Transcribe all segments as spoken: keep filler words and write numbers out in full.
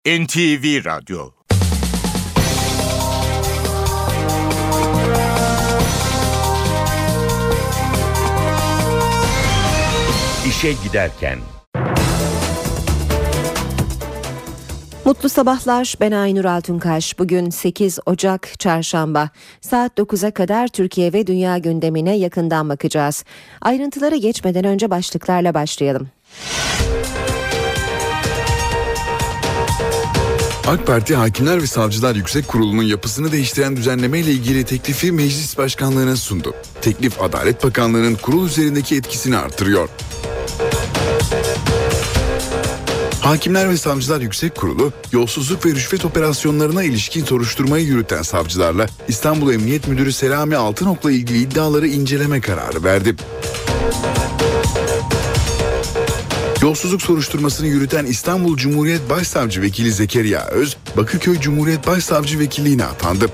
N T V Radyo. İşe giderken. Mutlu sabahlar, ben Aynur Altunkaş. Bugün sekiz Ocak Çarşamba. Saat dokuza kadar Türkiye ve dünya gündemine yakından bakacağız. Ayrıntılara geçmeden önce başlıklarla başlayalım. AK Parti Hakimler ve Savcılar Yüksek Kurulu'nun yapısını değiştiren düzenleme ile ilgili teklifi Meclis Başkanlığı'na sundu. Teklif Adalet Bakanlığı'nın kurul üzerindeki etkisini artırıyor. Hakimler ve Savcılar Yüksek Kurulu, yolsuzluk ve rüşvet operasyonlarına ilişkin soruşturmayı yürüten savcılarla İstanbul Emniyet Müdürü Selami Altınok'la ilgili iddiaları inceleme kararı verdi. Yolsuzluk soruşturmasını yürüten İstanbul Cumhuriyet Başsavcı Vekili Zekeriya Öz, Bakırköy Cumhuriyet Başsavcı Vekilliğine atandı.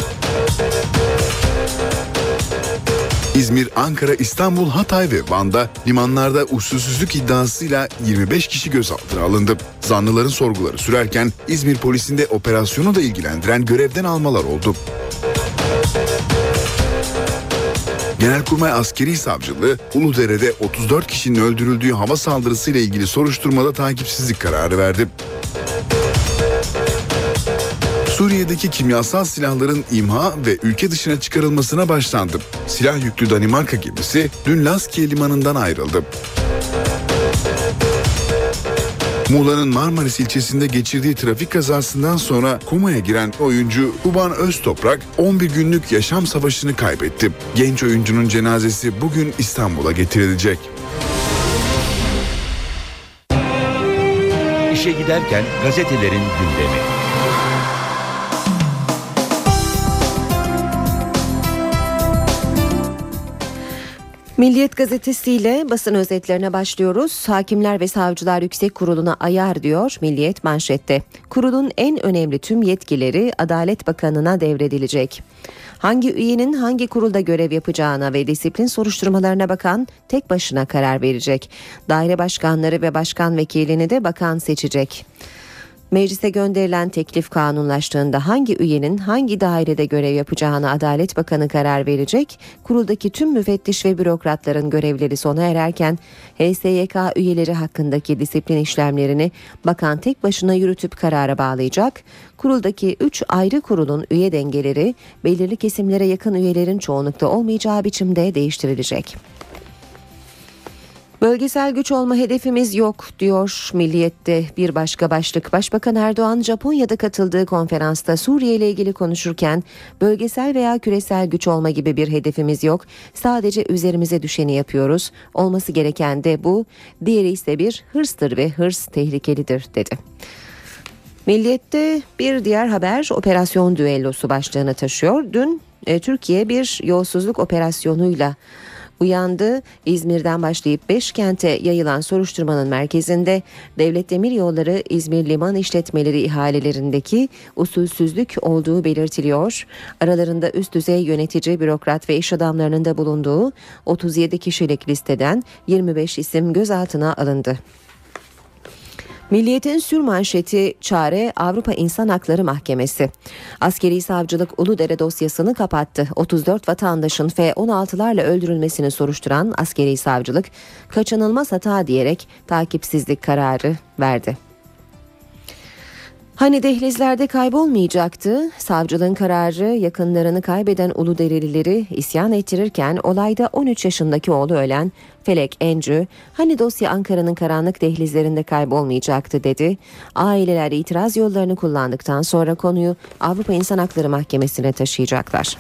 İzmir, Ankara, İstanbul, Hatay ve Van'da limanlarda usulsüzlük iddiasıyla yirmi beş kişi gözaltına alındı. Zanlıların sorguları sürerken İzmir polisinde operasyonu da ilgilendiren görevden almalar oldu. Genelkurmay Askeri Savcılığı, Uludere'de otuz dört kişinin öldürüldüğü hava saldırısıyla ilgili soruşturmada takipsizlik kararı verdi. Suriye'deki kimyasal silahların imha ve ülke dışına çıkarılmasına başlandı. Silah yüklü Danimarka gemisi dün Laskiye limanından ayrıldı. Muğla'nın Marmaris ilçesinde geçirdiği trafik kazasından sonra komaya giren oyuncu Kuban Öztoprak on bir günlük yaşam savaşını kaybetti. Genç oyuncunun cenazesi bugün İstanbul'a getirilecek. İşe giderken gazetelerin gündemi. Milliyet gazetesiyle basın özetlerine başlıyoruz. Hakimler ve Savcılar Yüksek Kurulu'na ayar diyor Milliyet manşette. Kurulun en önemli tüm yetkileri Adalet Bakanı'na devredilecek. Hangi üyenin hangi kurulda görev yapacağına ve disiplin soruşturmalarına bakan tek başına karar verecek. Daire başkanları ve başkan vekilini de bakan seçecek. Meclise gönderilen teklif kanunlaştığında hangi üyenin hangi dairede görev yapacağına Adalet Bakanı karar verecek. Kuruldaki tüm müfettiş ve bürokratların görevleri sona ererken H S Y K üyeleri hakkındaki disiplin işlemlerini bakan tek başına yürütüp karara bağlayacak. Kuruldaki üç ayrı kurulun üye dengeleri belirli kesimlere yakın üyelerin çoğunlukta olmayacağı biçimde değiştirilecek. Bölgesel güç olma hedefimiz yok diyor Milliyet'te bir başka başlık. Başbakan Erdoğan Japonya'da katıldığı konferansta Suriye ile ilgili konuşurken bölgesel veya küresel güç olma gibi bir hedefimiz yok. Sadece üzerimize düşeni yapıyoruz. Olması gereken de bu. Diğeri ise bir hırstır ve hırs tehlikelidir dedi. Milliyet'te bir diğer haber operasyon düellosu başlığını taşıyor. Dün e, Türkiye bir yolsuzluk operasyonuyla uyandı. İzmir'den başlayıp beş kente yayılan soruşturmanın merkezinde Devlet Demiryolları İzmir Liman İşletmeleri ihalelerindeki usulsüzlük olduğu belirtiliyor. Aralarında üst düzey yönetici, bürokrat ve iş adamlarının da bulunduğu otuz yedi kişilik listeden yirmi beş isim gözaltına alındı. Milliyet'in sürmanşeti çare Avrupa İnsan Hakları Mahkemesi. Askeri savcılık Uludere dosyasını kapattı. otuz dört vatandaşın F on altılarla öldürülmesini soruşturan askeri savcılık kaçınılmaz hata diyerek takipsizlik kararı verdi. Hani dehlizlerde kaybolmayacaktı? Savcılığın kararı yakınlarını kaybeden Uluderelileri isyan ettirirken olayda on üç yaşındaki oğlu ölen Felek Encü, hani dosya Ankara'nın karanlık dehlizlerinde kaybolmayacaktı dedi. Aileler itiraz yollarını kullandıktan sonra konuyu Avrupa İnsan Hakları Mahkemesi'ne taşıyacaklar.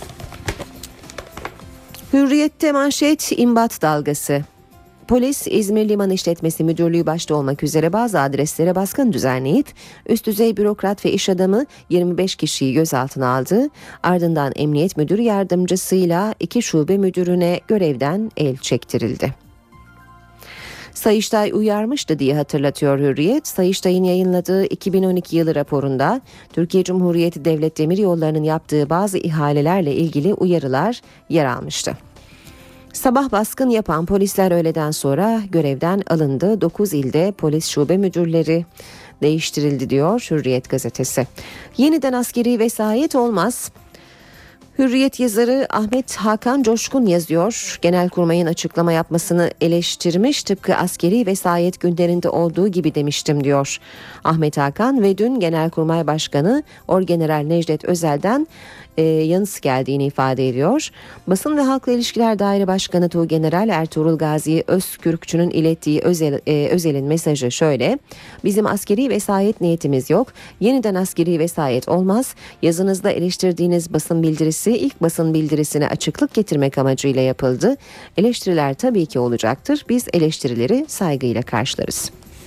Hürriyet'te manşet imbat dalgası. Polis İzmir Liman İşletmesi Müdürlüğü başta olmak üzere bazı adreslere baskın düzenleyip üst düzey bürokrat ve iş adamı yirmi beş kişiyi gözaltına aldı. Ardından Emniyet Müdürü Yardımcısıyla iki şube müdürüne görevden el çektirildi. Sayıştay uyarmıştı diye hatırlatıyor Hürriyet. Sayıştay'ın yayınladığı iki bin on iki yılı raporunda Türkiye Cumhuriyeti Devlet Demiryolları'nın yaptığı bazı ihalelerle ilgili uyarılar yer almıştı. Sabah baskın yapan polisler öğleden sonra görevden alındı. dokuz ilde polis şube müdürleri değiştirildi diyor Hürriyet gazetesi. Yeniden askeri vesayet olmaz. Hürriyet yazarı Ahmet Hakan Coşkun yazıyor. Genelkurmay'ın açıklama yapmasını eleştirmiş, tıpkı askeri vesayet günlerinde olduğu gibi demiştim diyor Ahmet Hakan ve dün Genelkurmay Başkanı Orgeneral Necdet Özel'den e, yanıt geldiğini ifade ediyor. Basın ve Halkla İlişkiler Daire Başkanı Tuğgeneral Ertuğrul Gazi Özkürkçü'nün ilettiği Özel, e, Özel'in mesajı şöyle: bizim askeri vesayet niyetimiz yok. Yeniden askeri vesayet olmaz. Yazınızda eleştirdiğiniz basın bildirisi ilk basın bildirisine açıklık getirmek amacıyla yapıldı. Eleştiriler tabii ki olacaktır. Biz eleştirileri saygıyla karşılarız.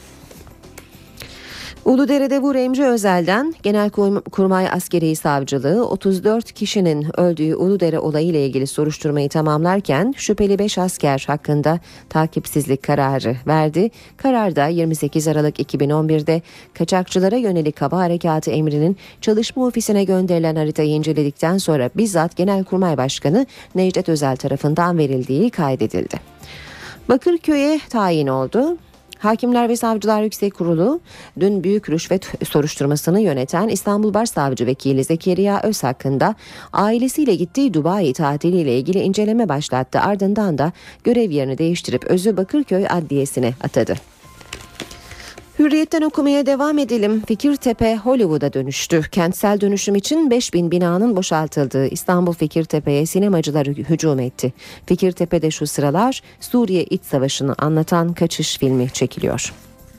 Uludere'de Vur Emre Özel'den Genelkurmay Askeri Savcılığı otuz dört kişinin öldüğü Uludere olayı ile ilgili soruşturmayı tamamlarken şüpheli beş asker hakkında takipsizlik kararı verdi. Kararda yirmi sekiz Aralık iki bin on birde kaçakçılara yönelik hava harekatı emrinin çalışma ofisine gönderilen haritayı inceledikten sonra bizzat Genelkurmay Başkanı Necdet Özel tarafından verildiği kaydedildi. Bakırköy'e tayin oldu. Hakimler ve Savcılar Yüksek Kurulu dün büyük rüşvet soruşturmasını yöneten İstanbul Başsavcı Vekili Zekeriya Öz hakkında ailesiyle gittiği Dubai tatiliyle ilgili inceleme başlattı. Ardından da görev yerini değiştirip Öz'ü Bakırköy Adliyesi'ne atadı. Hürriyet'ten okumaya devam edelim. Fikirtepe Hollywood'a dönüştü. Kentsel dönüşüm için beş bin binanın boşaltıldığı İstanbul Fikirtepe'ye sinemacılar hücum etti. Fikirtepe'de şu sıralar Suriye İç Savaşı'nı anlatan kaçış filmi çekiliyor.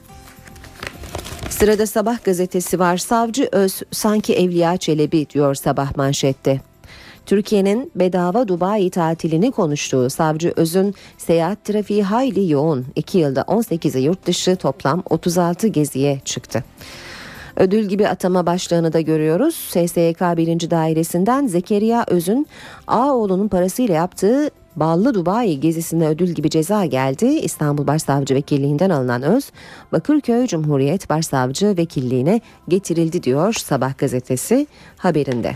Sırada Sabah gazetesi var. Savcı Öz sanki Evliya Çelebi diyor Sabah manşette. Türkiye'nin bedava Dubai tatilini konuştuğu Savcı Öz'ün seyahat trafiği hayli yoğun. iki yılda on sekizi yurt dışı, toplam otuz altı geziye çıktı. Ödül gibi atama başlığını da görüyoruz. S S Y K birinci Dairesi'nden Zekeriya Öz'ün Ağoğlu'nun parasıyla yaptığı Ballı Dubai gezisine ödül gibi ceza geldi. İstanbul Başsavcı Vekilliğinden alınan Öz, Bakırköy Cumhuriyet Başsavcı Vekilliğine getirildi diyor Sabah gazetesi haberinde.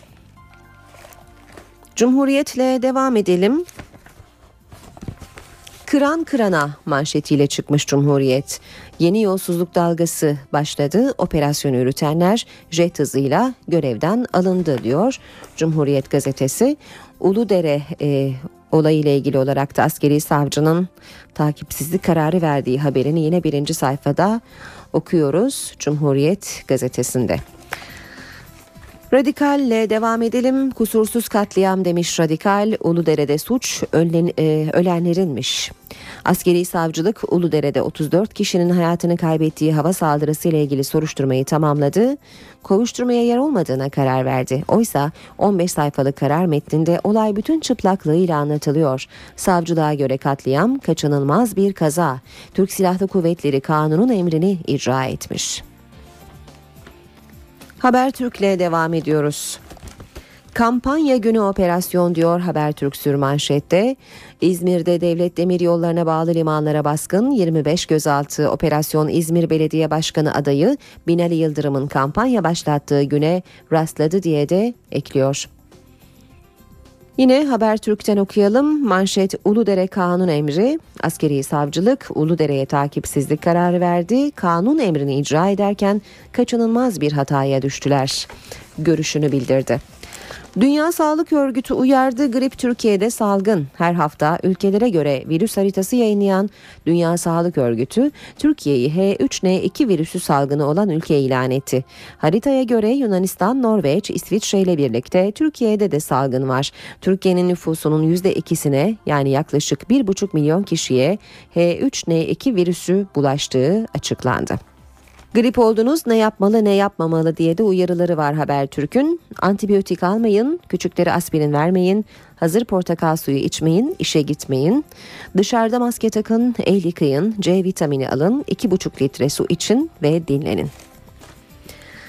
Cumhuriyetle devam edelim. Kıran kırana manşetiyle çıkmış Cumhuriyet. Yeni yolsuzluk dalgası başladı. Operasyonu yürütenler jet hızıyla görevden alındı diyor Cumhuriyet gazetesi. Uludere e, olayıyla ilgili olarak da askeri savcının takipsizlik kararı verdiği haberini yine birinci sayfada okuyoruz Cumhuriyet gazetesinde. Radikalle devam edelim. Kusursuz katliam demiş Radikal. Uludere'de suç ölen, e, ölenlerinmiş. Askeri savcılık Uludere'de otuz dört kişinin hayatını kaybettiği hava saldırısı ile ilgili soruşturmayı tamamladı. Kovuşturmaya yer olmadığına karar verdi. Oysa on beş sayfalık karar metninde olay bütün çıplaklığıyla anlatılıyor. Savcılığa göre katliam kaçınılmaz bir kaza. Türk Silahlı Kuvvetleri kanunun emrini icra etmiş. Habertürk'le devam ediyoruz. Kampanya günü operasyon diyor Habertürk sürmanşette. İzmir'de devlet demiryollarına bağlı limanlara baskın, yirmi beş gözaltı. Operasyon İzmir Belediye Başkanı adayı Binali Yıldırım'ın kampanya başlattığı güne rastladı diye de ekliyor. Yine Habertürk'ten okuyalım. Manşet Uludere kanun emri. Askeri savcılık Uludere'ye takipsizlik kararı verdi. Kanun emrini icra ederken kaçınılmaz bir hataya düştüler. Görüşünü bildirdi. Dünya Sağlık Örgütü uyardı, grip Türkiye'de salgın. Her hafta ülkelere göre virüs haritası yayınlayan Dünya Sağlık Örgütü, Türkiye'yi H üç N iki virüsü salgını olan ülke ilan etti. Haritaya göre Yunanistan, Norveç, İsviçre ile birlikte Türkiye'de de salgın var. Türkiye'nin nüfusunun yüzde ikisine yani yaklaşık bir buçuk milyon kişiye H üç N iki virüsü bulaştığı açıklandı. Grip oldunuz, ne yapmalı ne yapmamalı diye de uyarıları var Habertürk'ün. Antibiyotik almayın, küçüklere aspirin vermeyin, hazır portakal suyu içmeyin, işe gitmeyin. Dışarıda maske takın, el yıkayın, C vitamini alın, iki buçuk litre su için ve dinlenin.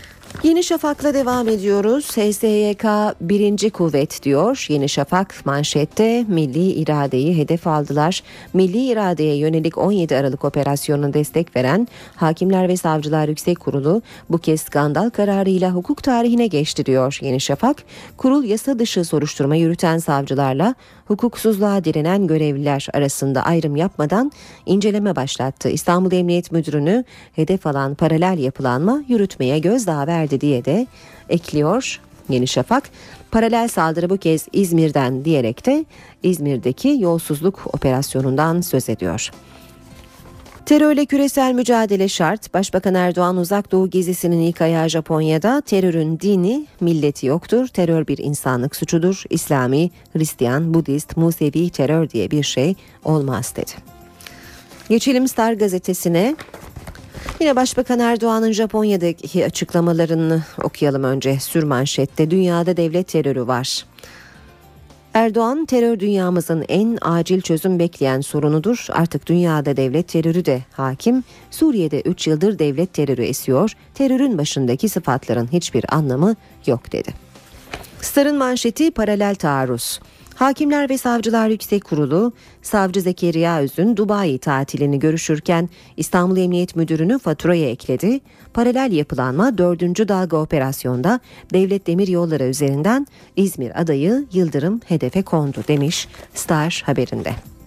Yeni Şafak'la devam ediyoruz. H S Y K birinci kuvvet diyor. Yeni Şafak manşette milli iradeyi hedef aldılar. Milli iradeye yönelik on yedi Aralık operasyonuna destek veren Hakimler ve Savcılar Yüksek Kurulu bu kez skandal kararıyla hukuk tarihine geçti diyor Yeni Şafak. Kurul yasa dışı soruşturma yürüten savcılarla hukuksuzluğa direnen görevliler arasında ayrım yapmadan inceleme başlattı. İstanbul Emniyet Müdürü'nü hedef alan paralel yapılanma yürütmeye gözdağı verdi diye de ekliyor Yeni Şafak. Paralel saldırı bu kez İzmir'den diyerek de İzmir'deki yolsuzluk operasyonundan söz ediyor. Terörle küresel mücadele şart. Başbakan Erdoğan Uzak Doğu gezisinin ilk ayağı Japonya'da terörün dini, milleti yoktur. Terör bir insanlık suçudur. İslami, Hristiyan, Budist, Musevi terör diye bir şey olmaz dedi. Geçelim Star gazetesine. Yine Başbakan Erdoğan'ın Japonya'daki açıklamalarını okuyalım önce. Sürmanşette dünyada devlet terörü var. Erdoğan, terör dünyamızın en acil çözüm bekleyen sorunudur. Artık dünyada devlet terörü de hakim. Suriye'de üç yıldır devlet terörü esiyor. Terörün başındaki sıfatların hiçbir anlamı yok dedi. Star'ın manşeti paralel taarruz. Hakimler ve Savcılar Yüksek Kurulu, Savcı Zekeriya Öz'ün Dubai tatilini görüşürken İstanbul Emniyet Müdürü'nü faturaya ekledi. Paralel yapılanma dördüncü dalga operasyonda Devlet Demiryolları üzerinden İzmir adayı Yıldırım hedefe kondu demiş Star haberinde.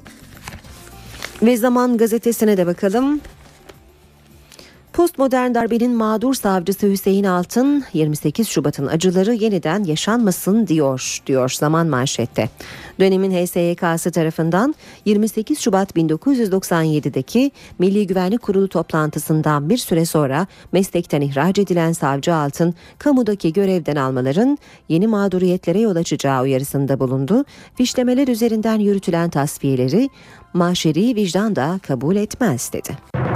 Ve Zaman gazetesine de bakalım. Postmodern darbenin mağdur savcısı Hüseyin Altın, yirmi sekiz Şubat'ın acıları yeniden yaşanmasın diyor, diyor Zaman manşette. Dönemin H S Y K'sı tarafından yirmi sekiz Şubat bin dokuz yüz doksan yedi'deki Milli Güvenlik Kurulu toplantısından bir süre sonra meslekten ihraç edilen savcı Altın, kamudaki görevden almaların yeni mağduriyetlere yol açacağı uyarısında bulundu. Fişlemeler üzerinden yürütülen tasfiyeleri maşeri vicdan da kabul etmez dedi.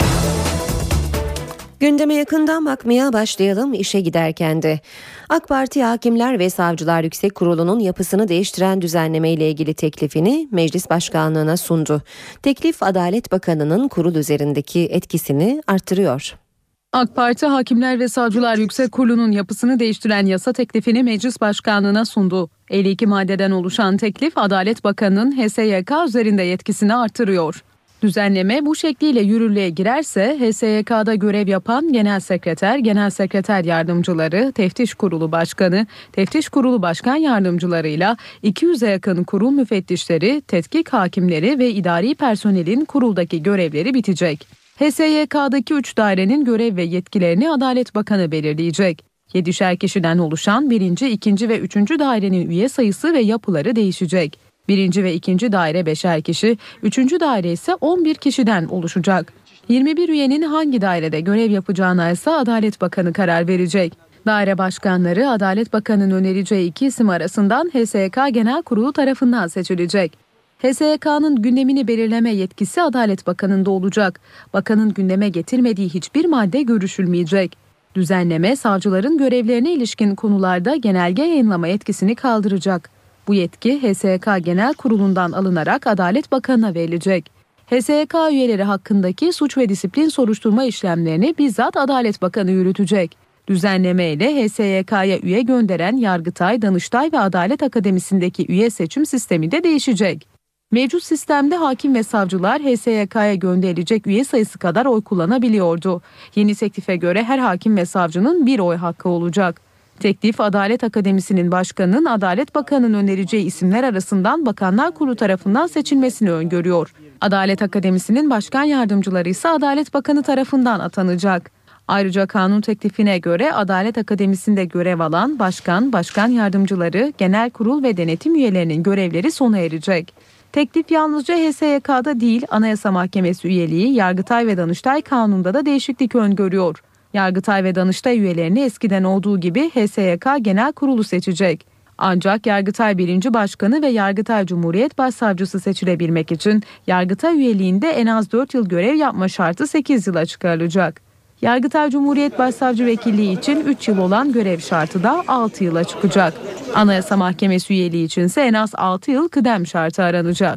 Gündeme yakından bakmaya başlayalım işe giderken de. AK Parti Hakimler ve Savcılar Yüksek Kurulu'nun yapısını değiştiren düzenleme ile ilgili teklifini Meclis Başkanlığı'na sundu. Teklif Adalet Bakanı'nın kurul üzerindeki etkisini artırıyor. AK Parti Hakimler ve Savcılar Yüksek Kurulu'nun yapısını değiştiren yasa teklifini Meclis Başkanlığı'na sundu. elli iki maddeden oluşan teklif Adalet Bakanı'nın H S Y K üzerinde yetkisini artırıyor. Düzenleme bu şekliyle yürürlüğe girerse H S Y K'da görev yapan Genel Sekreter, Genel Sekreter Yardımcıları, Teftiş Kurulu Başkanı, Teftiş Kurulu Başkan Yardımcılarıyla iki yüze yakın kurul müfettişleri, tetkik hakimleri ve idari personelin kuruldaki görevleri bitecek. H S Y K'daki üç dairenin görev ve yetkilerini Adalet Bakanı belirleyecek. yedişer kişiden oluşan birinci, ikinci ve üçüncü dairenin üye sayısı ve yapıları değişecek. Birinci ve ikinci daire beşer kişi, üçüncü daire ise on bir kişiden oluşacak. yirmi bir üyenin hangi dairede görev yapacağına ise Adalet Bakanı karar verecek. Daire başkanları Adalet Bakanı'nın önereceği iki isim arasından H S Y K Genel Kurulu tarafından seçilecek. H S Y K'nın gündemini belirleme yetkisi Adalet Bakanı'nda olacak. Bakanın gündeme getirmediği hiçbir madde görüşülmeyecek. Düzenleme savcıların görevlerine ilişkin konularda genelge yayınlama yetkisini kaldıracak. Bu yetki H S Y K Genel Kurulu'ndan alınarak Adalet Bakanı'na verilecek. H S Y K üyeleri hakkındaki suç ve disiplin soruşturma işlemlerini bizzat Adalet Bakanı yürütecek. Düzenleme ile H S Y K'ya üye gönderen Yargıtay, Danıştay ve Adalet Akademisi'ndeki üye seçim sistemi de değişecek. Mevcut sistemde hakim ve savcılar H S Y K'ya gönderilecek üye sayısı kadar oy kullanabiliyordu. Yeni teklife göre her hakim ve savcının bir oy hakkı olacak. Teklif Adalet Akademisi'nin başkanının Adalet Bakanı'nın önereceği isimler arasından Bakanlar Kurulu tarafından seçilmesini öngörüyor. Adalet Akademisi'nin başkan yardımcıları ise Adalet Bakanı tarafından atanacak. Ayrıca kanun teklifine göre Adalet Akademisi'nde görev alan başkan, başkan yardımcıları, genel kurul ve denetim üyelerinin görevleri sona erecek. Teklif yalnızca H S Y K'da değil, Anayasa Mahkemesi üyeliği, Yargıtay ve Danıştay kanununda da değişiklik öngörüyor. Yargıtay ve Danıştay üyelerini eskiden olduğu gibi H S Y K Genel Kurulu seçecek. Ancak Yargıtay birinci Başkanı ve Yargıtay Cumhuriyet Başsavcısı seçilebilmek için Yargıtay üyeliğinde en az dört yıl görev yapma şartı sekiz yıla çıkarılacak. Yargıtay Cumhuriyet Başsavcı Vekilliği için üç yıl olan görev şartı da altı yıla çıkacak. Anayasa Mahkemesi üyeliği içinse en az altı yıl kıdem şartı aranacak.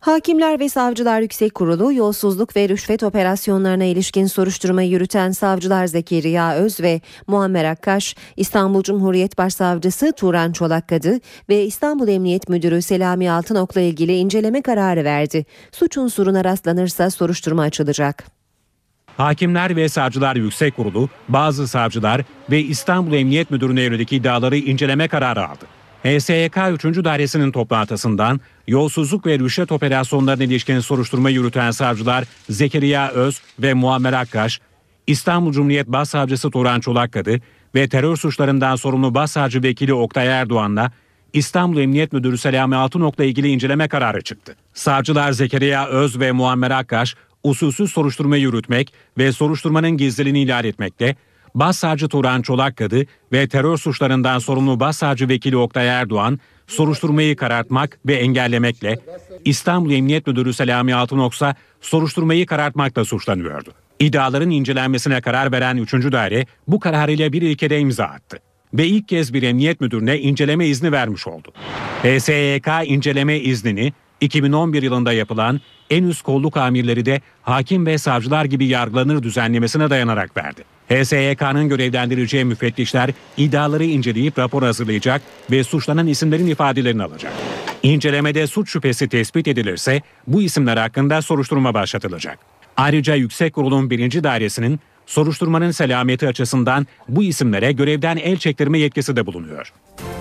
Hakimler ve Savcılar Yüksek Kurulu yolsuzluk ve rüşvet operasyonlarına ilişkin soruşturmayı yürüten savcılar Zekeriya Öz ve Muammer Akkaş, İstanbul Cumhuriyet Başsavcısı Turan Çolakkadı ve İstanbul Emniyet Müdürü Selami Altınok'la ilgili inceleme kararı verdi. Suç unsuruna rastlanırsa soruşturma açılacak. Hakimler ve Savcılar Yüksek Kurulu, bazı savcılar ve İstanbul Emniyet Müdürü'ne yönelik iddiaları inceleme kararı aldı. H S Y K üçüncü Dairesi'nin toplantısından yolsuzluk ve rüşvet operasyonlarına ilişkin soruşturma yürüten savcılar Zekeriya Öz ve Muammer Akkaş, İstanbul Cumhuriyet Başsavcısı Turan Çolakkadı ve terör suçlarından sorumlu Başsavcı Vekili Oktay Erdoğan'la İstanbul Emniyet Müdürü Selami Altınok'la ilgili inceleme kararı çıktı. Savcılar Zekeriya Öz ve Muammer Akkaş, usulsüz soruşturma yürütmek ve soruşturmanın gizliliğini ihlal etmekle, Başsavcı Turan Çolakkadı ve terör suçlarından sorumlu Başsavcı Vekili Oktay Erdoğan, soruşturmayı karartmak ve engellemekle, İstanbul Emniyet Müdürü Selami Altınok ise soruşturmayı karartmakla suçlanıyordu. İddiaların incelenmesine karar veren üçüncü Daire bu kararıyla bir ilkede imza attı ve ilk kez bir emniyet müdürüne inceleme izni vermiş oldu. H S Y K inceleme iznini iki bin on bir yılında yapılan en üst kolluk amirleri de hakim ve savcılar gibi yargılanır düzenlemesine dayanarak verdi. H S Y K'nın görevlendireceği müfettişler iddiaları inceleyip rapor hazırlayacak ve suçlanan isimlerin ifadelerini alacak. İncelemede suç şüphesi tespit edilirse bu isimler hakkında soruşturma başlatılacak. Ayrıca Yüksek Kurul'un birinci Dairesi'nin soruşturmanın selameti açısından bu isimlere görevden el çektirme yetkisi de bulunuyor.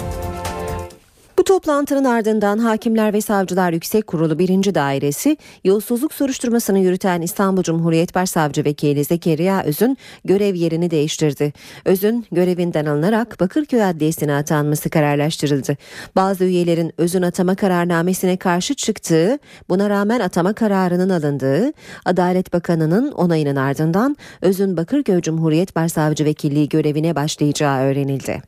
Bu toplantının ardından Hakimler ve Savcılar Yüksek Kurulu birinci Dairesi, yolsuzluk soruşturmasını yürüten İstanbul Cumhuriyet Başsavcı Vekili Zekeriya Öz'ün görev yerini değiştirdi. Öz'ün görevinden alınarak Bakırköy Adliyesi'ne atanması kararlaştırıldı. Bazı üyelerin Öz'ün atama kararnamesine karşı çıktığı, buna rağmen atama kararının alındığı, Adalet Bakanı'nın onayının ardından Öz'ün Bakırköy Cumhuriyet Başsavcı Vekilliği görevine başlayacağı öğrenildi.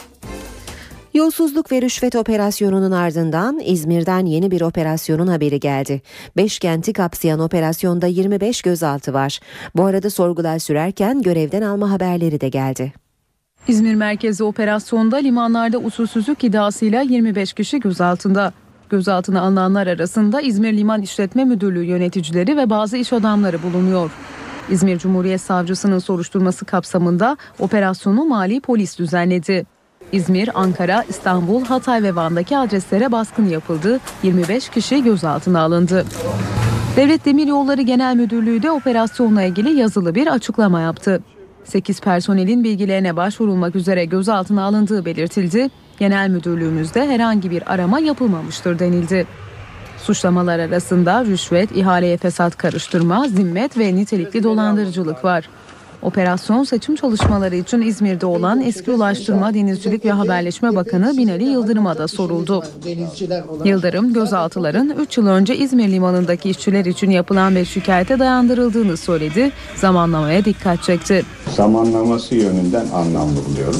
Yolsuzluk ve rüşvet operasyonunun ardından İzmir'den yeni bir operasyonun haberi geldi. Beş kenti kapsayan operasyonda yirmi beş gözaltı var. Bu arada sorgular sürerken görevden alma haberleri de geldi. İzmir merkezli operasyonda limanlarda usulsüzlük iddiasıyla yirmi beş kişi gözaltında. Gözaltına alınanlar arasında İzmir Liman İşletme Müdürlüğü yöneticileri ve bazı iş adamları bulunuyor. İzmir Cumhuriyet Savcısının soruşturması kapsamında operasyonu Mali Polis düzenledi. İzmir, Ankara, İstanbul, Hatay ve Van'daki adreslere baskın yapıldı. yirmi beş kişi gözaltına alındı. Devlet Demiryolları Genel Müdürlüğü de operasyonla ilgili yazılı bir açıklama yaptı. sekiz personelin bilgilerine başvurulmak üzere gözaltına alındığı belirtildi. Genel Müdürlüğümüzde herhangi bir arama yapılmamıştır denildi. Suçlamalar arasında rüşvet, ihaleye fesat karıştırma, zimmet ve nitelikli dolandırıcılık var. Operasyon seçim çalışmaları için İzmir'de olan eski Ulaştırma, Denizcilik ve Haberleşme Bakanı Binali Yıldırım'a da soruldu. Yıldırım, gözaltıların üç yıl önce İzmir Limanı'ndaki işçiler için yapılan bir şikayete dayandırıldığını söyledi. Zamanlamaya dikkat çekti. Zamanlaması yönünden anlamlı buluyorum.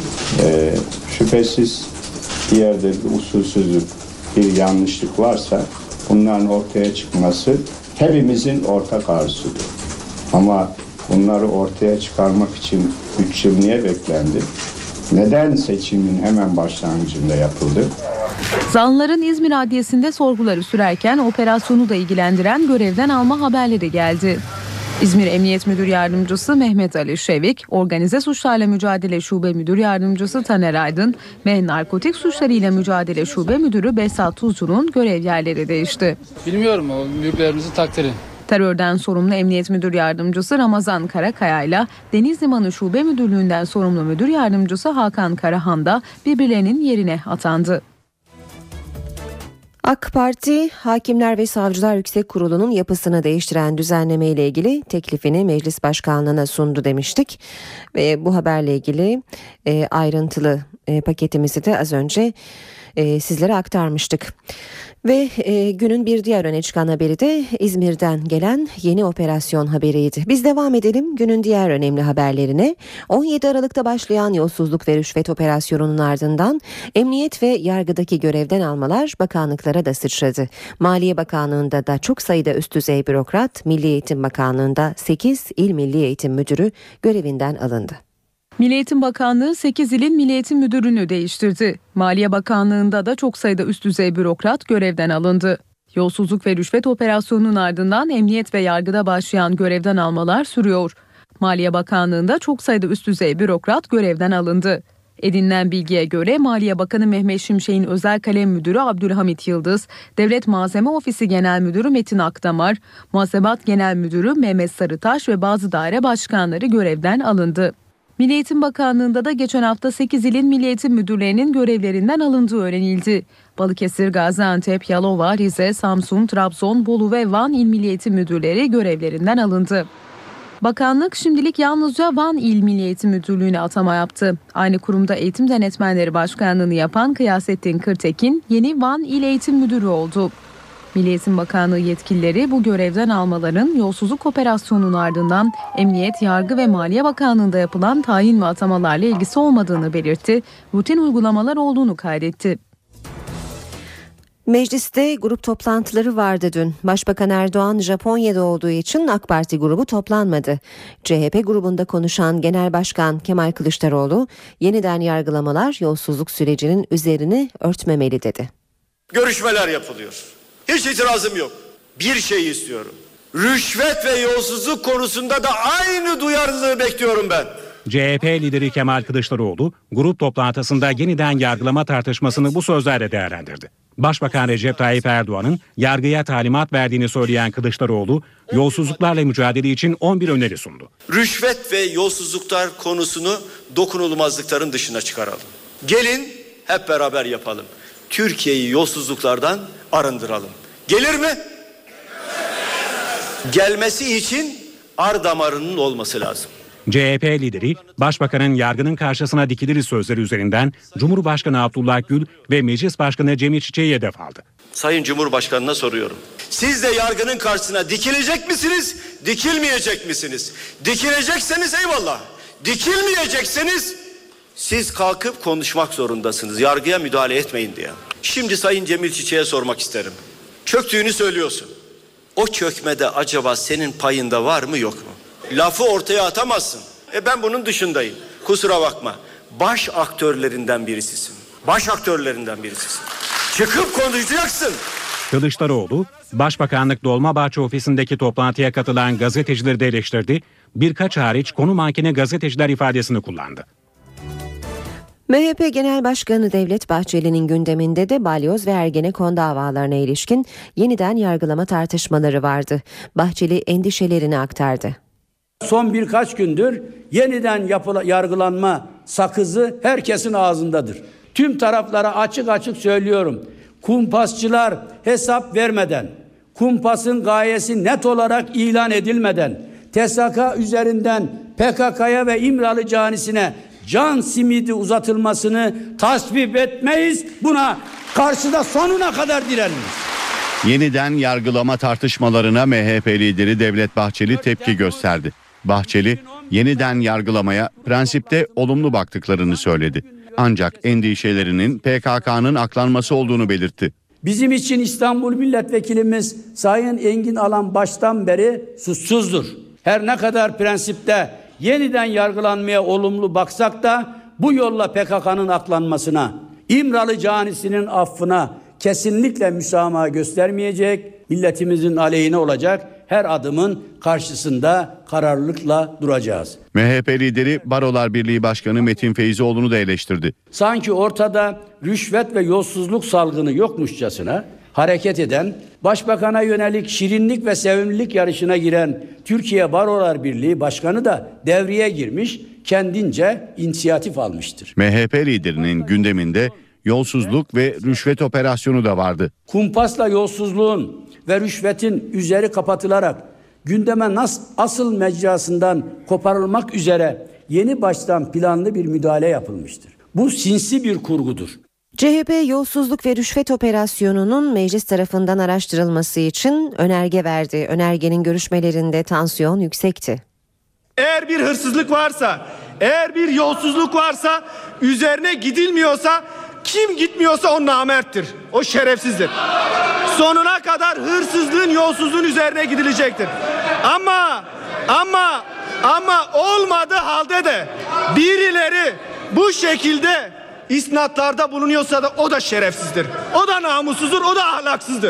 Ee, şüphesiz bir yerde bir usulsüzlük, bir yanlışlık varsa bunların ortaya çıkması hepimizin ortak arzusudur. Ama bunları ortaya çıkarmak için üç yıl niye beklendi? Neden seçimin hemen başlangıcında yapıldı? Zanlıların İzmir Adliyesi'nde sorguları sürerken operasyonu da ilgilendiren görevden alma haberleri geldi. İzmir Emniyet Müdür Yardımcısı Mehmet Ali Şevik, Organize Suçlarla Mücadele Şube Müdür Yardımcısı Taner Aydın ve Narkotik Suçlarıyla Mücadele Şube Müdürü Behzat Tuzcu'nun görev yerleri değişti. Bilmiyorum, o büyüklerimizin takdiri. Terörden sorumlu Emniyet Müdür Yardımcısı Ramazan Karakaya ile Deniz Limanı Şube Müdürlüğü'nden sorumlu Müdür Yardımcısı Hakan Karahan da birbirlerinin yerine atandı. AK Parti, Hakimler ve Savcılar Yüksek Kurulu'nun yapısını değiştiren düzenleme ile ilgili teklifini Meclis Başkanlığı'na sundu demiştik. Ve bu haberle ilgili e, ayrıntılı e, paketimizi de az önce e, sizlere aktarmıştık. Ve e, günün bir diğer öne çıkan haberi de İzmir'den gelen yeni operasyon haberiydi. Biz devam edelim günün diğer önemli haberlerine. on yedi Aralık'ta başlayan yolsuzluk ve rüşvet operasyonunun ardından emniyet ve yargıdaki görevden almalar bakanlıklara da sıçradı. Maliye Bakanlığı'nda da çok sayıda üst düzey bürokrat, Milli Eğitim Bakanlığı'nda sekiz il Milli Eğitim Müdürü görevinden alındı. Milli Eğitim Bakanlığı sekiz ilin Milli Eğitim Müdürünü değiştirdi. Maliye Bakanlığı'nda da çok sayıda üst düzey bürokrat görevden alındı. Yolsuzluk ve rüşvet operasyonunun ardından emniyet ve yargıda başlayan görevden almalar sürüyor. Maliye Bakanlığı'nda çok sayıda üst düzey bürokrat görevden alındı. Edinilen bilgiye göre Maliye Bakanı Mehmet Şimşek'in özel kalem müdürü Abdülhamit Yıldız, Devlet Malzeme Ofisi Genel Müdürü Metin Akdamar, Muhasebat Genel Müdürü Mehmet Sarıtaş ve bazı daire başkanları görevden alındı. Milli Eğitim Bakanlığı'nda da geçen hafta sekiz ilin Milli Eğitim Müdürlerinin görevlerinden alındığı öğrenildi. Balıkesir, Gaziantep, Yalova, Rize, Samsun, Trabzon, Bolu ve Van İl Milli Eğitim Müdürleri görevlerinden alındı. Bakanlık şimdilik yalnızca Van İl Milli Eğitim Müdürlüğü'ne atama yaptı. Aynı kurumda Eğitim Denetmenleri Başkanlığı'nı yapan Kıyasettin Kırtekin yeni Van İl Eğitim Müdürü oldu. Milli Eğitim Bakanlığı yetkilileri bu görevden almaların yolsuzluk operasyonunun ardından Emniyet, Yargı ve Maliye Bakanlığı'nda yapılan tayin ve atamalarla ilgisi olmadığını belirtti, rutin uygulamalar olduğunu kaydetti. Mecliste grup toplantıları vardı dün. Başbakan Erdoğan Japonya'da olduğu için AK Parti grubu toplanmadı. C H P grubunda konuşan Genel Başkan Kemal Kılıçdaroğlu, yeniden yargılamalar yolsuzluk sürecinin üzerini örtmemeli dedi. Görüşmeler yapılıyor. Hiç itirazım yok. Bir şey istiyorum. Rüşvet ve yolsuzluk konusunda da aynı duyarlılığı bekliyorum ben. C H P lideri Kemal Kılıçdaroğlu, grup toplantısında yeniden yargılama tartışmasını bu sözlerle değerlendirdi. Başbakan Recep Tayyip Erdoğan'ın yargıya talimat verdiğini söyleyen Kılıçdaroğlu, yolsuzluklarla mücadele için on bir öneri sundu. Rüşvet ve yolsuzluklar konusunu dokunulmazlıkların dışına çıkaralım. Gelin hep beraber yapalım. Türkiye'yi yolsuzluklardan arındıralım. Gelir mi? Gelmesi için ar damarının olması lazım. C H P lideri, Başbakanın yargının karşısına dikilir sözleri üzerinden Cumhurbaşkanı Abdullah Gül ve Meclis Başkanı Cemil Çiçek'i hedef aldı. Sayın Cumhurbaşkanı'na soruyorum. Siz de yargının karşısına dikilecek misiniz, dikilmeyecek misiniz? Dikilecekseniz eyvallah. Dikilmeyecekseniz siz kalkıp konuşmak zorundasınız. Yargıya müdahale etmeyin diye. Şimdi Sayın Cemil Çiçek'e sormak isterim. Çöktüğünü söylüyorsun. O çökmede acaba senin payında var mı yok mu? Lafı ortaya atamazsın. E ben bunun dışındayım. Kusura bakma. Baş aktörlerinden birisisin. Baş aktörlerinden birisisin. Çıkıp konuşacaksın. Kılıçdaroğlu, Başbakanlık Dolmabahçe ofisindeki toplantıya katılan gazetecileri de eleştirdi. Birkaç hariç konu mankeni gazeteciler ifadesini kullandı. M H P Genel Başkanı Devlet Bahçeli'nin gündeminde de Balyoz ve Ergenekon davalarına ilişkin yeniden yargılama tartışmaları vardı. Bahçeli endişelerini aktardı. Son birkaç gündür yeniden yapıla, yargılanma sakızı herkesin ağzındadır. Tüm taraflara açık açık söylüyorum. Kumpasçılar hesap vermeden, kumpasın gayesi net olarak ilan edilmeden, T S K üzerinden P K K'ya ve İmralı canisine can simidi uzatılmasını tasvip etmeyiz. Buna karşıda sonuna kadar direniriz. Yeniden yargılama tartışmalarına M H P lideri Devlet Bahçeli tepki gösterdi. Bahçeli, yeniden yargılamaya prensipte olumlu baktıklarını söyledi. Ancak endişelerinin P K K'nın aklanması olduğunu belirtti. Bizim için İstanbul Milletvekilimiz Sayın Engin Alan baştan beri suçsuzdur. Her ne kadar prensipte yeniden yargılanmaya olumlu baksak da bu yolla P K K'nın aklanmasına, İmralı canisinin affına kesinlikle müsamaha göstermeyecek, milletimizin aleyhine olacak her adımın karşısında kararlılıkla duracağız. M H P lideri Barolar Birliği Başkanı Metin Feyzioğlu'nu da eleştirdi. Sanki ortada rüşvet ve yolsuzluk salgını yokmuşçasına hareket eden, Başbakan'a yönelik şirinlik ve sevimlilik yarışına giren Türkiye Barolar Birliği Başkanı da devreye girmiş, kendince inisiyatif almıştır. M H P liderinin gündeminde yolsuzluk ve rüşvet operasyonu da vardı. Kumpasla yolsuzluğun ve rüşvetin üzeri kapatılarak gündeme nasıl asıl mecrasından koparılmak üzere yeni baştan planlı bir müdahale yapılmıştır. Bu sinsi bir kurgudur. C H P yolsuzluk ve rüşvet operasyonunun meclis tarafından araştırılması için önerge verdi. Önergenin görüşmelerinde tansiyon yüksekti. Eğer bir hırsızlık varsa, eğer bir yolsuzluk varsa, üzerine gidilmiyorsa, kim gitmiyorsa o namerttir. O şerefsizdir. Sonuna kadar hırsızlığın, yolsuzluğun üzerine gidilecektir. Ama ama ama olmadığı halde de birileri bu şekilde isnatlarda bulunuyorsa da o da şerefsizdir. O da namussuzdur, o da ahlaksızdır.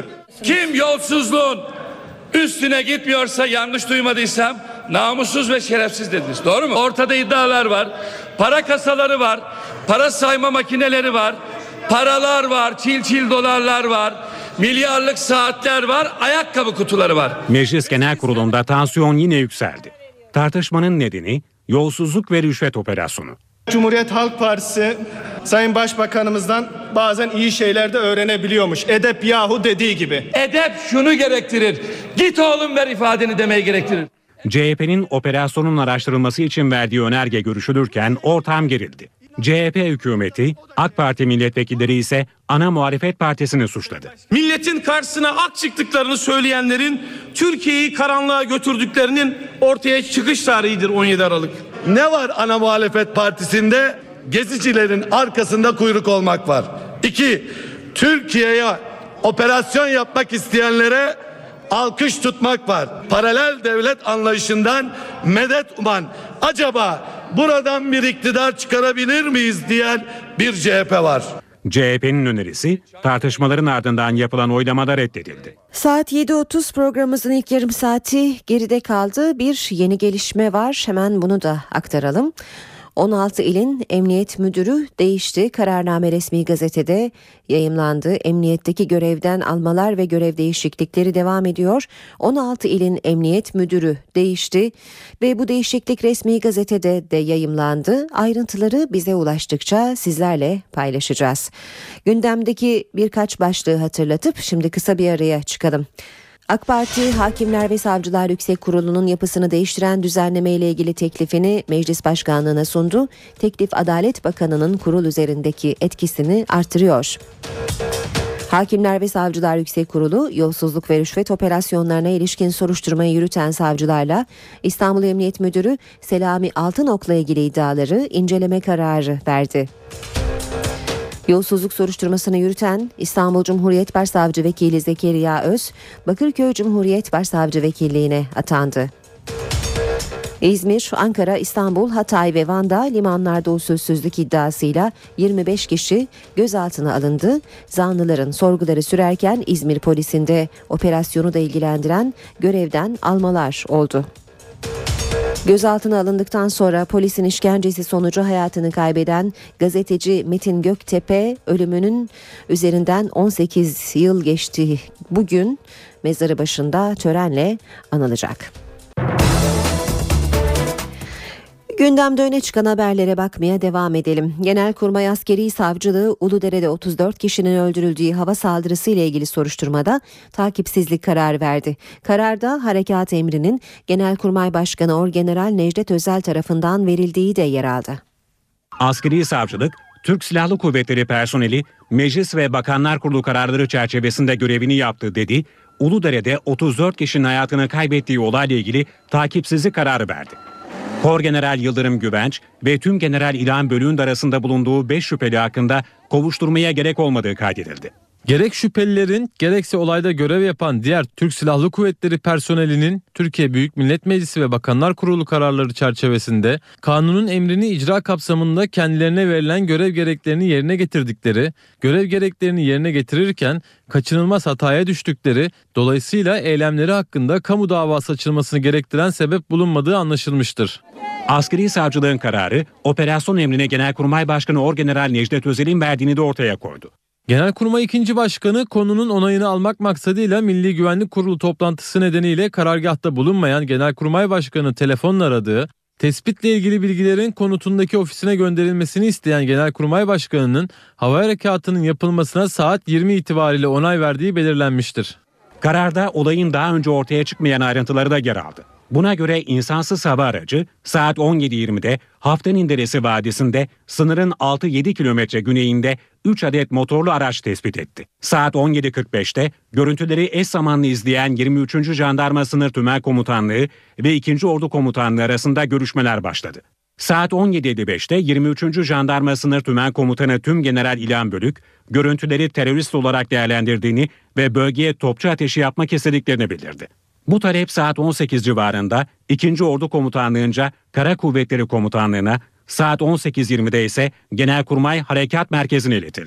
Kim yolsuzluğun üstüne gitmiyorsa, yanlış duymadıysam, namussuz ve şerefsiz dediniz. Doğru mu? Ortada iddialar var. Para kasaları var. Para sayma makineleri var. Paralar var. Çil çil dolarlar var. Milyarlık saatler var. Ayakkabı kutuları var. Meclis Genel Kurulu'nda tansiyon yine yükseldi. Tartışmanın nedeni yolsuzluk ve rüşvet operasyonu. Cumhuriyet Halk Partisi Sayın Başbakanımızdan bazen iyi şeyler de öğrenebiliyormuş. Edep yahu dediği gibi. Edep şunu gerektirir. Git oğlum ver ifadeni demeyi gerektirir. C H P'nin operasyonun araştırılması için verdiği önerge görüşülürken ortam gerildi. C H P hükümeti, AK Parti milletvekilleri ise ana muhalefet partisini suçladı. Milletin karşısına ak çıktıklarını söyleyenlerin Türkiye'yi karanlığa götürdüklerinin ortaya çıkış tarihidir on yedi Aralık. Ne var ana muhalefet partisinde? Gezicilerin arkasında kuyruk olmak var. İki, Türkiye'ye operasyon yapmak isteyenlere alkış tutmak var. Paralel devlet anlayışından medet uman, acaba buradan bir iktidar çıkarabilir miyiz diyen bir C H P var. C H P'nin önerisi tartışmaların ardından yapılan oylamada reddedildi. Saat yedi otuz, programımızın ilk yarım saati geride kaldı. Bir yeni gelişme var. Hemen bunu da aktaralım. on altı ilin emniyet müdürü değişti. Kararname resmi gazetede yayımlandı. Emniyetteki görevden almalar ve görev değişiklikleri devam ediyor. on altı ilin emniyet müdürü değişti ve bu değişiklik resmi gazetede de yayımlandı. Ayrıntıları bize ulaştıkça sizlerle paylaşacağız. Gündemdeki birkaç başlığı hatırlatıp şimdi kısa bir araya çıkalım. AK Parti, Hakimler ve Savcılar Yüksek Kurulu'nun yapısını değiştiren düzenleme ile ilgili teklifini Meclis Başkanlığı'na sundu. Teklif, Adalet Bakanı'nın kurul üzerindeki etkisini artırıyor. Hakimler ve Savcılar Yüksek Kurulu, yolsuzluk ve rüşvet operasyonlarına ilişkin soruşturmayı yürüten savcılarla İstanbul Emniyet Müdürü Selami Altınok'la ilgili iddiaları inceleme kararı verdi. Yolsuzluk soruşturmasını yürüten İstanbul Cumhuriyet Başsavcı Vekili Zekeriya Öz, Bakırköy Cumhuriyet Başsavcı Vekilliğine atandı. İzmir, Ankara, İstanbul, Hatay ve Van'da limanlarda usulsüzlük iddiasıyla yirmi beş kişi gözaltına alındı. Zanlıların sorguları sürerken İzmir polisinde operasyonu da ilgilendiren görevden almalar oldu. Gözaltına alındıktan sonra polisin işkencesi sonucu hayatını kaybeden gazeteci Metin Göktepe ölümünün üzerinden on sekiz yıl geçti. Bugün mezarı başında törenle anılacak. Gündemde öne çıkan haberlere bakmaya devam edelim. Genelkurmay Askeri Savcılığı Uludere'de otuz dört kişinin öldürüldüğü hava saldırısı ile ilgili soruşturmada takipsizlik kararı verdi. Kararda harekat emrinin Genelkurmay Başkanı Orgeneral Necdet Özel tarafından verildiği de yer aldı. Askeri savcılık, Türk Silahlı Kuvvetleri personeli Meclis ve Bakanlar Kurulu kararları çerçevesinde görevini yaptı dedi. Uludere'de otuz dört kişinin hayatını kaybettiği olayla ilgili takipsizlik kararı verdi. Korgeneral Yıldırım Güvenç ve tüm General İlhan Bölük'ün arasında bulunduğu beş şüpheli hakkında kovuşturmaya gerek olmadığı kaydedildi. Gerek şüphelilerin gerekse olayda görev yapan diğer Türk Silahlı Kuvvetleri personelinin Türkiye Büyük Millet Meclisi ve Bakanlar Kurulu kararları çerçevesinde kanunun emrini icra kapsamında kendilerine verilen görev gereklerini yerine getirdikleri, görev gereklerini yerine getirirken kaçınılmaz hataya düştükleri, dolayısıyla eylemleri hakkında kamu davası açılmasını gerektiren sebep bulunmadığı anlaşılmıştır. Askeri savcılığın kararı operasyon emrine Genelkurmay Başkanı Orgeneral Necdet Özel'in verdiğini de ortaya koydu. Genelkurmay ikinci Başkanı konunun onayını almak maksadıyla Milli Güvenlik Kurulu toplantısı nedeniyle karargahta bulunmayan Genelkurmay Başkanı telefonla aradığı, tespitle ilgili bilgilerin konutundaki ofisine gönderilmesini isteyen Genelkurmay Başkanı'nın hava harekatının yapılmasına saat yirmi itibariyle onay verdiği belirlenmiştir. Kararda olayın daha önce ortaya çıkmayan ayrıntıları da yer aldı. Buna göre insansız hava aracı saat on yedi yirmide Haftanin Deresi Vadisi'nde sınırın altı yedi kilometre güneyinde üç adet motorlu araç tespit etti. Saat on yedi kırk beşte görüntüleri eş zamanlı izleyen yirmi üçüncü Jandarma Sınır Tümen Komutanlığı ve ikinci Ordu Komutanlığı arasında görüşmeler başladı. Saat on yedi elli beşte yirmi üçüncü Jandarma Sınır Tümen Komutanı Tümgeneral İlhan Bölük, görüntüleri terörist olarak değerlendirdiğini ve bölgeye topçu ateşi yapmak istediklerini bildirdi. Bu talep saat on sekiz civarında ikinci Ordu Komutanlığı'nca Kara Kuvvetleri Komutanlığı'na, saat on sekiz yirmide ise Genelkurmay Harekat Merkezi'ne iletildi.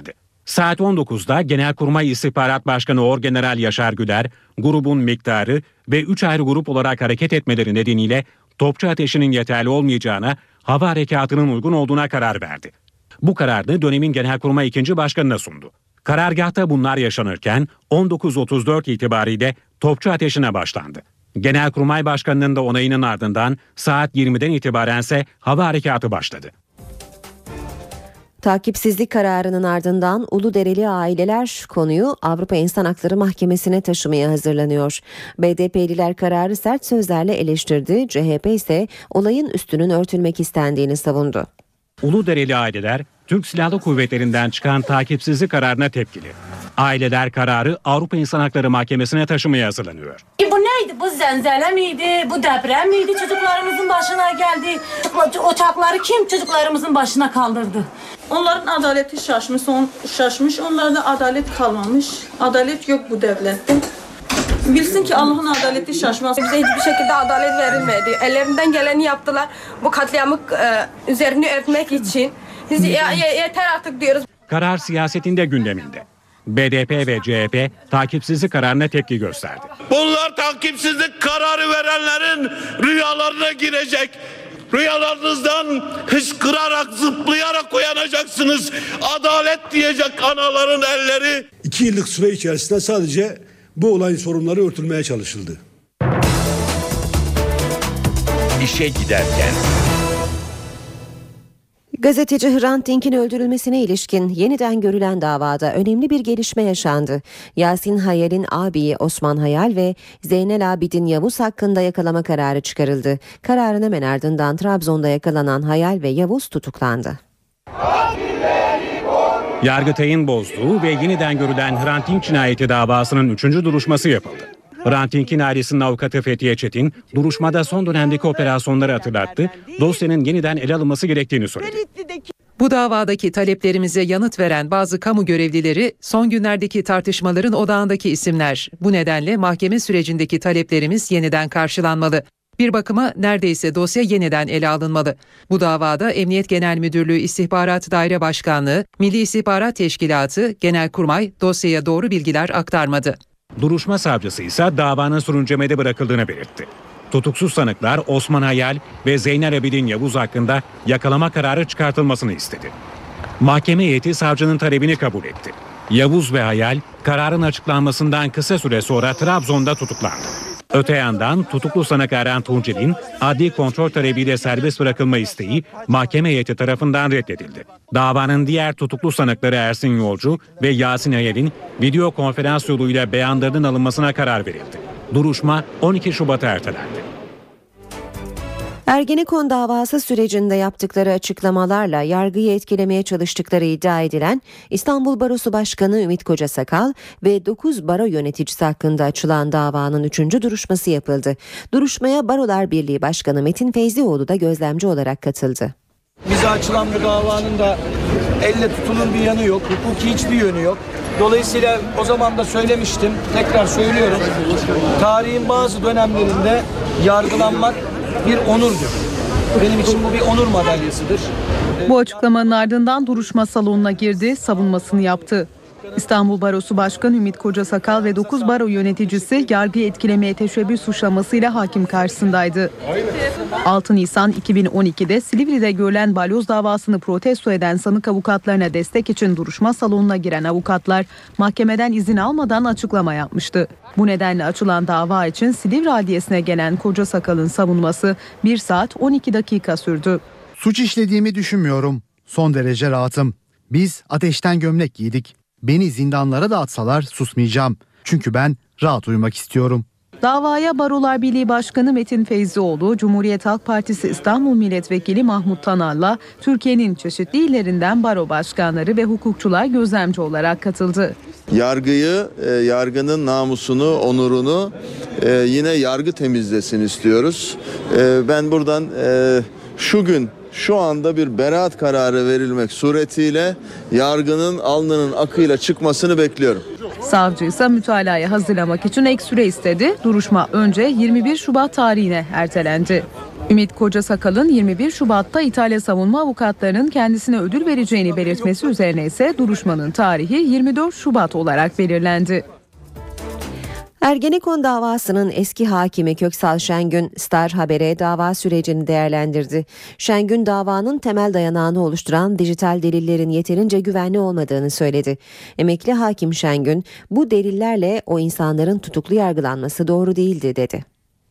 Saat on dokuzda Genelkurmay İstihbarat Başkanı Orgeneral Yaşar Güler, grubun miktarı ve üç ayrı grup olarak hareket etmeleri nedeniyle topçu ateşinin yeterli olmayacağına, hava harekatının uygun olduğuna karar verdi. Bu kararını dönemin Genelkurmay ikinci Başkanı'na sundu. Karargahta bunlar yaşanırken on dokuz otuz dört itibariyle topçu ateşine başlandı. Genelkurmay Başkanı'nın da onayının ardından saat yirmiden itibarense hava harekatı başladı. Takipsizlik kararının ardından Uludereli aileler konuyu Avrupa İnsan Hakları Mahkemesi'ne taşımaya hazırlanıyor. B D P'liler kararı sert sözlerle eleştirdi. C H P ise olayın üstünün örtülmek istendiğini savundu. Uludereli aileler Türk Silahlı Kuvvetleri'nden çıkan takipsizlik kararına tepkili. Aileler kararı Avrupa İnsan Hakları Mahkemesi'ne taşımaya hazırlanıyor. Bu neydi? Bu zelzele miydi? Bu deprem miydi? Çocuklarımızın başına geldi. Uçakları kim çocuklarımızın başına kaldırdı? Onların adaleti şaşmış, on, şaşmış. Onlarda adalet kalmamış. Adalet yok bu devlette. Bilsin ki Allah'ın adaleti şaşmaz. Bize hiçbir şekilde adalet verilmedi. Ellerinden geleni yaptılar. Bu katliamı e, üzerini örtmek için. Biz ya, yeter artık diyoruz. Karar siyasetinde gündeminde. B D P ve C H P takipsizlik kararına tepki gösterdi. Bunlar takipsizlik kararı verenlerin rüyalarına girecek. Rüyalarınızdan hıçkırarak, zıplayarak uyanacaksınız. Adalet diyecek anaların elleri. İki yıllık süre içerisinde sadece bu olayın sorunları örtülmeye çalışıldı. İşe giderken. Gazeteci Hrant Dink'in öldürülmesine ilişkin yeniden görülen davada önemli bir gelişme yaşandı. Yasin Hayal'in abiyi Osman Hayal ve Zeynel Abidin Yavuz hakkında yakalama kararı çıkarıldı. Kararın hemen ardından Trabzon'da yakalanan Hayal ve Yavuz tutuklandı. Yargıtay'ın bozduğu ve yeniden görülen Hrant Dink cinayeti davasının üçüncü duruşması yapıldı. Hrant Dink'in ailesinin avukatı Fethiye Çetin, duruşmada son dönemdeki operasyonları hatırlattı, dosyanın yeniden ele alınması gerektiğini söyledi. Bu davadaki taleplerimize yanıt veren bazı kamu görevlileri son günlerdeki tartışmaların odağındaki isimler. Bu nedenle mahkeme sürecindeki taleplerimiz yeniden karşılanmalı. Bir bakıma neredeyse dosya yeniden ele alınmalı. Bu davada Emniyet Genel Müdürlüğü İstihbarat Daire Başkanlığı, Milli İstihbarat Teşkilatı, Genelkurmay dosyaya doğru bilgiler aktarmadı. Duruşma savcısı ise davanın sürüncemede bırakıldığını belirtti. Tutuksuz sanıklar Osman Hayal ve Zeynel Abidin Yavuz hakkında yakalama kararı çıkartılmasını istedi. Mahkeme heyeti savcının talebini kabul etti. Yavuz ve Hayal kararın açıklanmasından kısa süre sonra Trabzon'da tutuklandı. Öte yandan tutuklu sanık Eren Tuncel'in adli kontrol talebiyle serbest bırakılma isteği mahkeme heyeti tarafından reddedildi. Davanın diğer tutuklu sanıkları Ersin Yolcu ve Yasin Hayal'in video konferans yoluyla beyanlarının alınmasına karar verildi. Duruşma on iki Şubat'a ertelendi. Ergenekon davası sürecinde yaptıkları açıklamalarla yargıyı etkilemeye çalıştıkları iddia edilen İstanbul Barosu Başkanı Ümit Kocasakal ve dokuz baro yöneticisi hakkında açılan davanın üçüncü duruşması yapıldı. Duruşmaya Barolar Birliği Başkanı Metin Feyzioğlu da gözlemci olarak katıldı. Bize açılan bu davanın da elle tutulur bir yanı yok, hukuki hiçbir yönü yok. Dolayısıyla o zaman da söylemiştim, tekrar söylüyorum. Tarihin bazı dönemlerinde yargılanmak bir onurdur. Benim için bu bir onur madalyasıdır. Bu açıklamanın ardından duruşma salonuna girdi, savunmasını yaptı. İstanbul Barosu Başkanı Ümit Kocasakal ve dokuz baro yöneticisi yargıyı etkilemeye teşebbüs suçlamasıyla hakim karşısındaydı. altı Nisan iki bin on ikide Silivri'de görülen balyoz davasını protesto eden sanık avukatlarına destek için duruşma salonuna giren avukatlar mahkemeden izin almadan açıklama yapmıştı. Bu nedenle açılan dava için Silivri Adliyesi'ne gelen Kocasakal'ın savunması bir saat on iki dakika sürdü. Suç işlediğimi düşünmüyorum. Son derece rahatım. Biz ateşten gömlek giydik. Beni zindanlara da atsalar susmayacağım. Çünkü ben rahat uyumak istiyorum. Davaya Barolar Birliği Başkanı Metin Feyzioğlu, Cumhuriyet Halk Partisi İstanbul Milletvekili Mahmut Tanal'la Türkiye'nin çeşitli illerinden baro başkanları ve hukukçular gözlemci olarak katıldı. Yargıyı, e, yargının namusunu, onurunu e, yine yargı temizlesin istiyoruz. E, ben buradan e, şu gün şu anda bir beraat kararı verilmek suretiyle yargının alnının akıyla çıkmasını bekliyorum. Savcı ise mütalayı hazırlamak için ek süre istedi. Duruşma önce yirmi bir Şubat tarihine ertelendi. Ümit Kocasakal'ın yirmi bir Şubat'ta İtalya savunma avukatlarının kendisine ödül vereceğini belirtmesi üzerine ise duruşmanın tarihi yirmi dört Şubat olarak belirlendi. Ergenekon davasının eski hakimi Köksal Şengün, Star Haber'e dava sürecini değerlendirdi. Şengün davanın temel dayanağını oluşturan dijital delillerin yeterince güvenli olmadığını söyledi. Emekli hakim Şengün, bu delillerle o insanların tutuklu yargılanması doğru değildi dedi.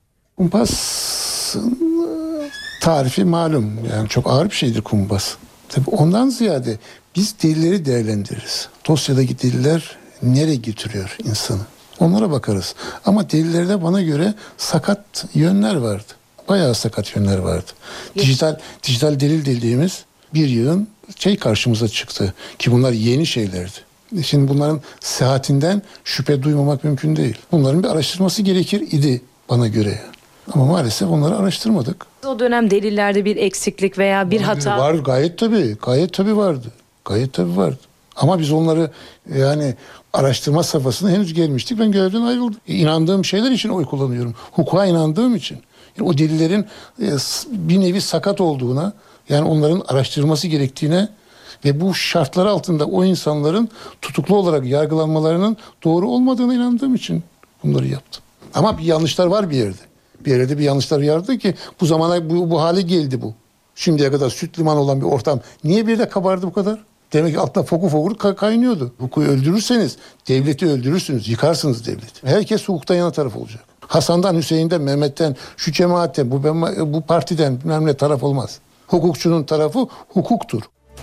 Kumpasın tarifi malum, yani çok ağır bir şeydir kumpas. Tabii ondan ziyade biz delilleri değerlendiririz. Dosyadaki deliller nereye getiriyor insanı? Onlara bakarız. Ama delillerde bana göre sakat yönler vardı. Bayağı sakat yönler vardı. Dijital dijital delil dediğimiz bir yığın şey karşımıza çıktı ki bunlar yeni şeylerdi. Şimdi bunların sıhhatinden şüphe duymamak mümkün değil. Bunların bir araştırması gerekir idi bana göre. Ama maalesef onları araştırmadık. O dönem delillerde bir eksiklik veya bir hata var, gayet tabii. Gayet tabii vardı. Gayet tabii vardı. Ama biz onları yani araştırma safhasına henüz gelmiştik. Ben görevden ayrıldım. E, inandığım şeyler için oy kullanıyorum. Hukuka inandığım için. Yani o delillerin e, bir nevi sakat olduğuna, yani onların araştırılması gerektiğine ve bu şartlar altında o insanların tutuklu olarak yargılanmalarının doğru olmadığına inandığım için bunları yaptım. Ama bir yanlışlar var bir yerde. Bir yerde bir yanlışlar vardı ki bu zamana bu, bu hale geldi bu. Şimdiye kadar süt liman olan bir ortam niye bir de kabardı bu kadar? Demek ki altta fokur fokur kaynıyordu. Hukuku öldürürseniz devleti öldürürsünüz, yıkarsınız devleti. Herkes hukuktan yana taraf olacak. Hasan'dan, Hüseyin'den, Mehmet'ten, şu cemaatten, bu, bu partiden bilmem ne taraf olmaz. Hukukçunun tarafı hukuktur.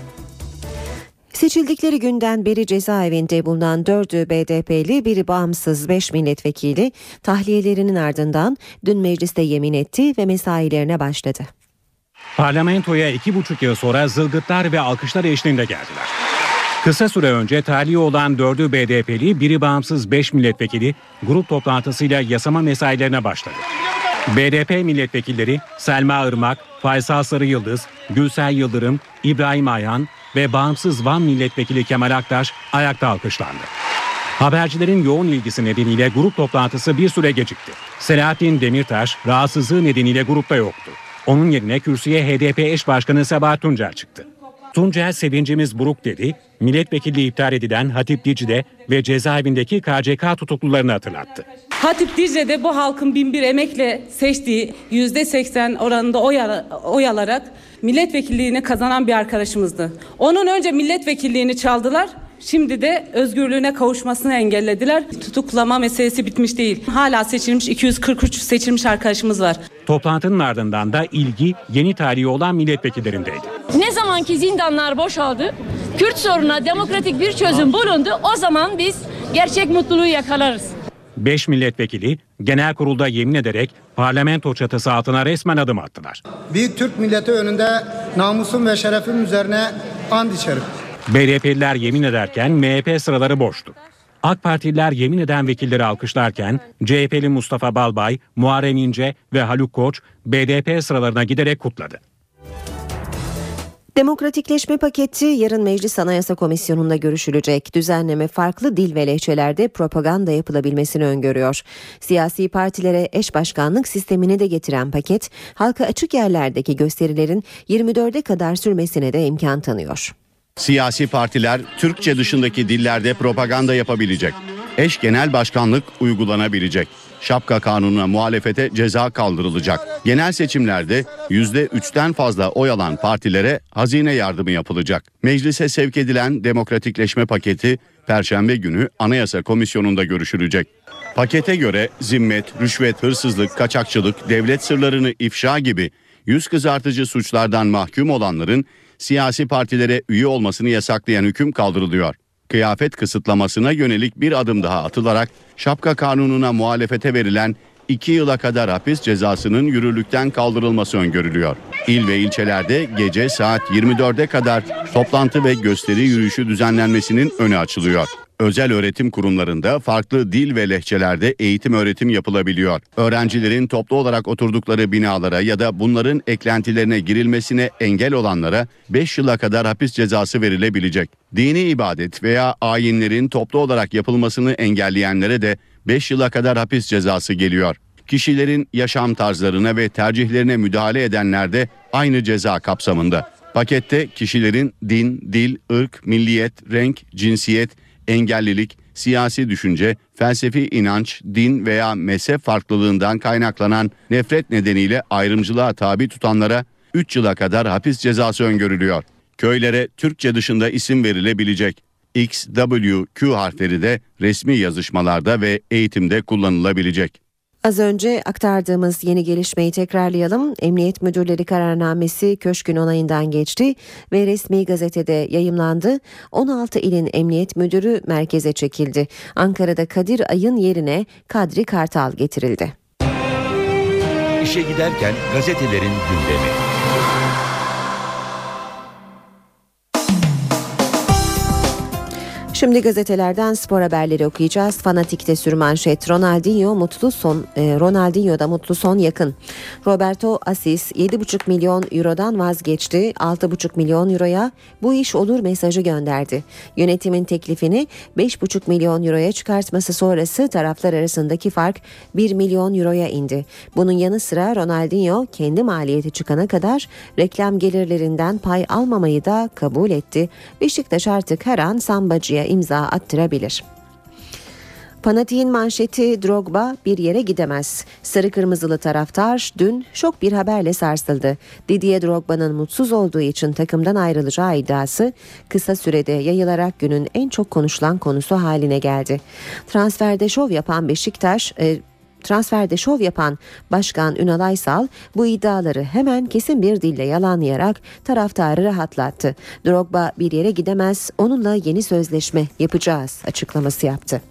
Seçildikleri günden beri cezaevinde bulunan dördü B D P'li, biri bağımsız beş milletvekili tahliyelerinin ardından dün mecliste yemin etti ve mesailerine başladı. Parlamentoya iki buçuk yıl sonra zılgıtlar ve alkışlar eşliğinde geldiler. Kısa süre önce tahliye olan dördü B D P'li, biri bağımsız beş milletvekili grup toplantısıyla yasama mesailerine başladı. B D P milletvekilleri Selma Irmak, Faysal Sarı Yıldız, Gülsel Yıldırım, İbrahim Ayhan ve bağımsız Van milletvekili Kemal Aktaş ayakta alkışlandı. Habercilerin yoğun ilgisi nedeniyle grup toplantısı bir süre gecikti. Selahattin Demirtaş rahatsızlığı nedeniyle grupta yoktu. Onun yerine kürsüye H D P eş başkanı Sabahat Tuncel çıktı. Tuncel sevincimiz buruk dedi, milletvekilliği iptal edilen Hatip Dicle'de ve cezaevindeki K C K tutuklularını hatırlattı. Hatip Dicle'de bu halkın bin bir emekle seçtiği yüzde seksen oranında oy, oy alarak milletvekilliğini kazanan bir arkadaşımızdı. Onun önce milletvekilliğini çaldılar. Şimdi de özgürlüğüne kavuşmasını engellediler. Tutuklama meselesi bitmiş değil. Hala seçilmiş iki yüz kırk üç seçilmiş arkadaşımız var. Toplantının ardından da ilgi yeni tahliye olan milletvekillerindeydi. Ne zamanki zindanlar boşaldı, Kürt sorununa demokratik bir çözüm bulundu, o zaman biz gerçek mutluluğu yakalarız. Beş milletvekili genel kurulda yemin ederek parlamento çatısı altına resmen adım attılar. Büyük Türk milleti önünde namusum ve şerefim üzerine and içerim. B D P'liler yemin ederken M H P sıraları boştu. AK Partililer yemin eden vekilleri alkışlarken C H P'li Mustafa Balbay, Muharrem İnce ve Haluk Koç B D P sıralarına giderek kutladı. Demokratikleşme paketi yarın Meclis Anayasa Komisyonu'nda görüşülecek. Düzenleme farklı dil ve lehçelerde propaganda yapılabilmesini öngörüyor. Siyasi partilere eş başkanlık sistemini de getiren paket, halka açık yerlerdeki gösterilerin yirmi dörde kadar sürmesine de imkan tanıyor. Siyasi partiler Türkçe dışındaki dillerde propaganda yapabilecek. Eş genel başkanlık uygulanabilecek. Şapka kanununa muhalefete ceza kaldırılacak. Genel seçimlerde yüzde üçten fazla oy alan partilere hazine yardımı yapılacak. Meclise sevk edilen demokratikleşme paketi Perşembe günü Anayasa Komisyonu'nda görüşülecek. Pakete göre zimmet, rüşvet, hırsızlık, kaçakçılık, devlet sırlarını ifşa gibi yüz kızartıcı suçlardan mahkum olanların siyasi partilere üye olmasını yasaklayan hüküm kaldırılıyor. Kıyafet kısıtlamasına yönelik bir adım daha atılarak şapka kanununa muhalefete verilen iki yıla kadar hapis cezasının yürürlükten kaldırılması öngörülüyor. İl ve ilçelerde gece saat yirmi dörde kadar toplantı ve gösteri yürüyüşü düzenlenmesinin önü açılıyor. Özel öğretim kurumlarında farklı dil ve lehçelerde eğitim öğretim yapılabiliyor. Öğrencilerin toplu olarak oturdukları binalara ya da bunların eklentilerine girilmesine engel olanlara beş yıla kadar hapis cezası verilebilecek. Dini ibadet veya ayinlerin toplu olarak yapılmasını engelleyenlere de beş yıla kadar hapis cezası geliyor. Kişilerin yaşam tarzlarına ve tercihlerine müdahale edenler de aynı ceza kapsamında. Pakette kişilerin din, dil, ırk, milliyet, renk, cinsiyet, engellilik, siyasi düşünce, felsefi inanç, din veya mezhep farklılığından kaynaklanan nefret nedeniyle ayrımcılığa tabi tutanlara üç yıla kadar hapis cezası öngörülüyor. Köylere Türkçe dışında isim verilebilecek. X, W, Q harfleri de resmi yazışmalarda ve eğitimde kullanılabilecek. Az önce aktardığımız yeni gelişmeyi tekrarlayalım. Emniyet Müdürleri kararnamesi köşkün onayından geçti ve resmi gazetede yayımlandı. on altı ilin emniyet müdürü merkeze çekildi. Ankara'da Kadir Ay'ın yerine Kadri Kartal getirildi. İşe giderken gazetelerin gündemi. Şimdi gazetelerden spor haberleri okuyacağız. Fanatik'te sürmanşet Ronaldinho mutlu son e, Ronaldinho'da mutlu son yakın. Roberto Assis yedi buçuk milyon eurodan vazgeçti. altı buçuk milyon euroya bu iş olur mesajı gönderdi. Yönetimin teklifini beş buçuk milyon euroya çıkartması sonrası taraflar arasındaki fark bir milyon euroya indi. Bunun yanı sıra Ronaldinho kendi maliyeti çıkana kadar reklam gelirlerinden pay almamayı da kabul etti. Beşiktaş artık her an Sambacı'ya imza attırabilir. Fanatik'in manşeti Drogba bir yere gidemez. Sarı kırmızılı taraftar dün şok bir haberle sarsıldı. Didier Drogba'nın mutsuz olduğu için takımdan ayrılacağı iddiası kısa sürede yayılarak günün en çok konuşulan konusu haline geldi. Transferde şov yapan Beşiktaş e, Transferde şov yapan Başkan Ünal Aysal bu iddiaları hemen kesin bir dille yalanlayarak taraftarı rahatlattı. Drogba bir yere gidemez, onunla yeni sözleşme yapacağız açıklaması yaptı.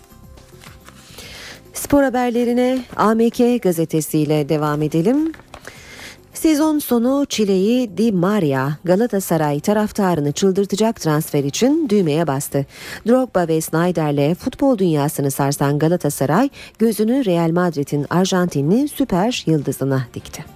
Spor haberlerine A M K gazetesiyle devam edelim. Sezon sonu çileyi Di Maria Galatasaray taraftarını çıldırtacak transfer için düğmeye bastı. Drogba ve Sneijder'le futbol dünyasını sarsan Galatasaray gözünü Real Madrid'in Arjantinli süper yıldızına dikti.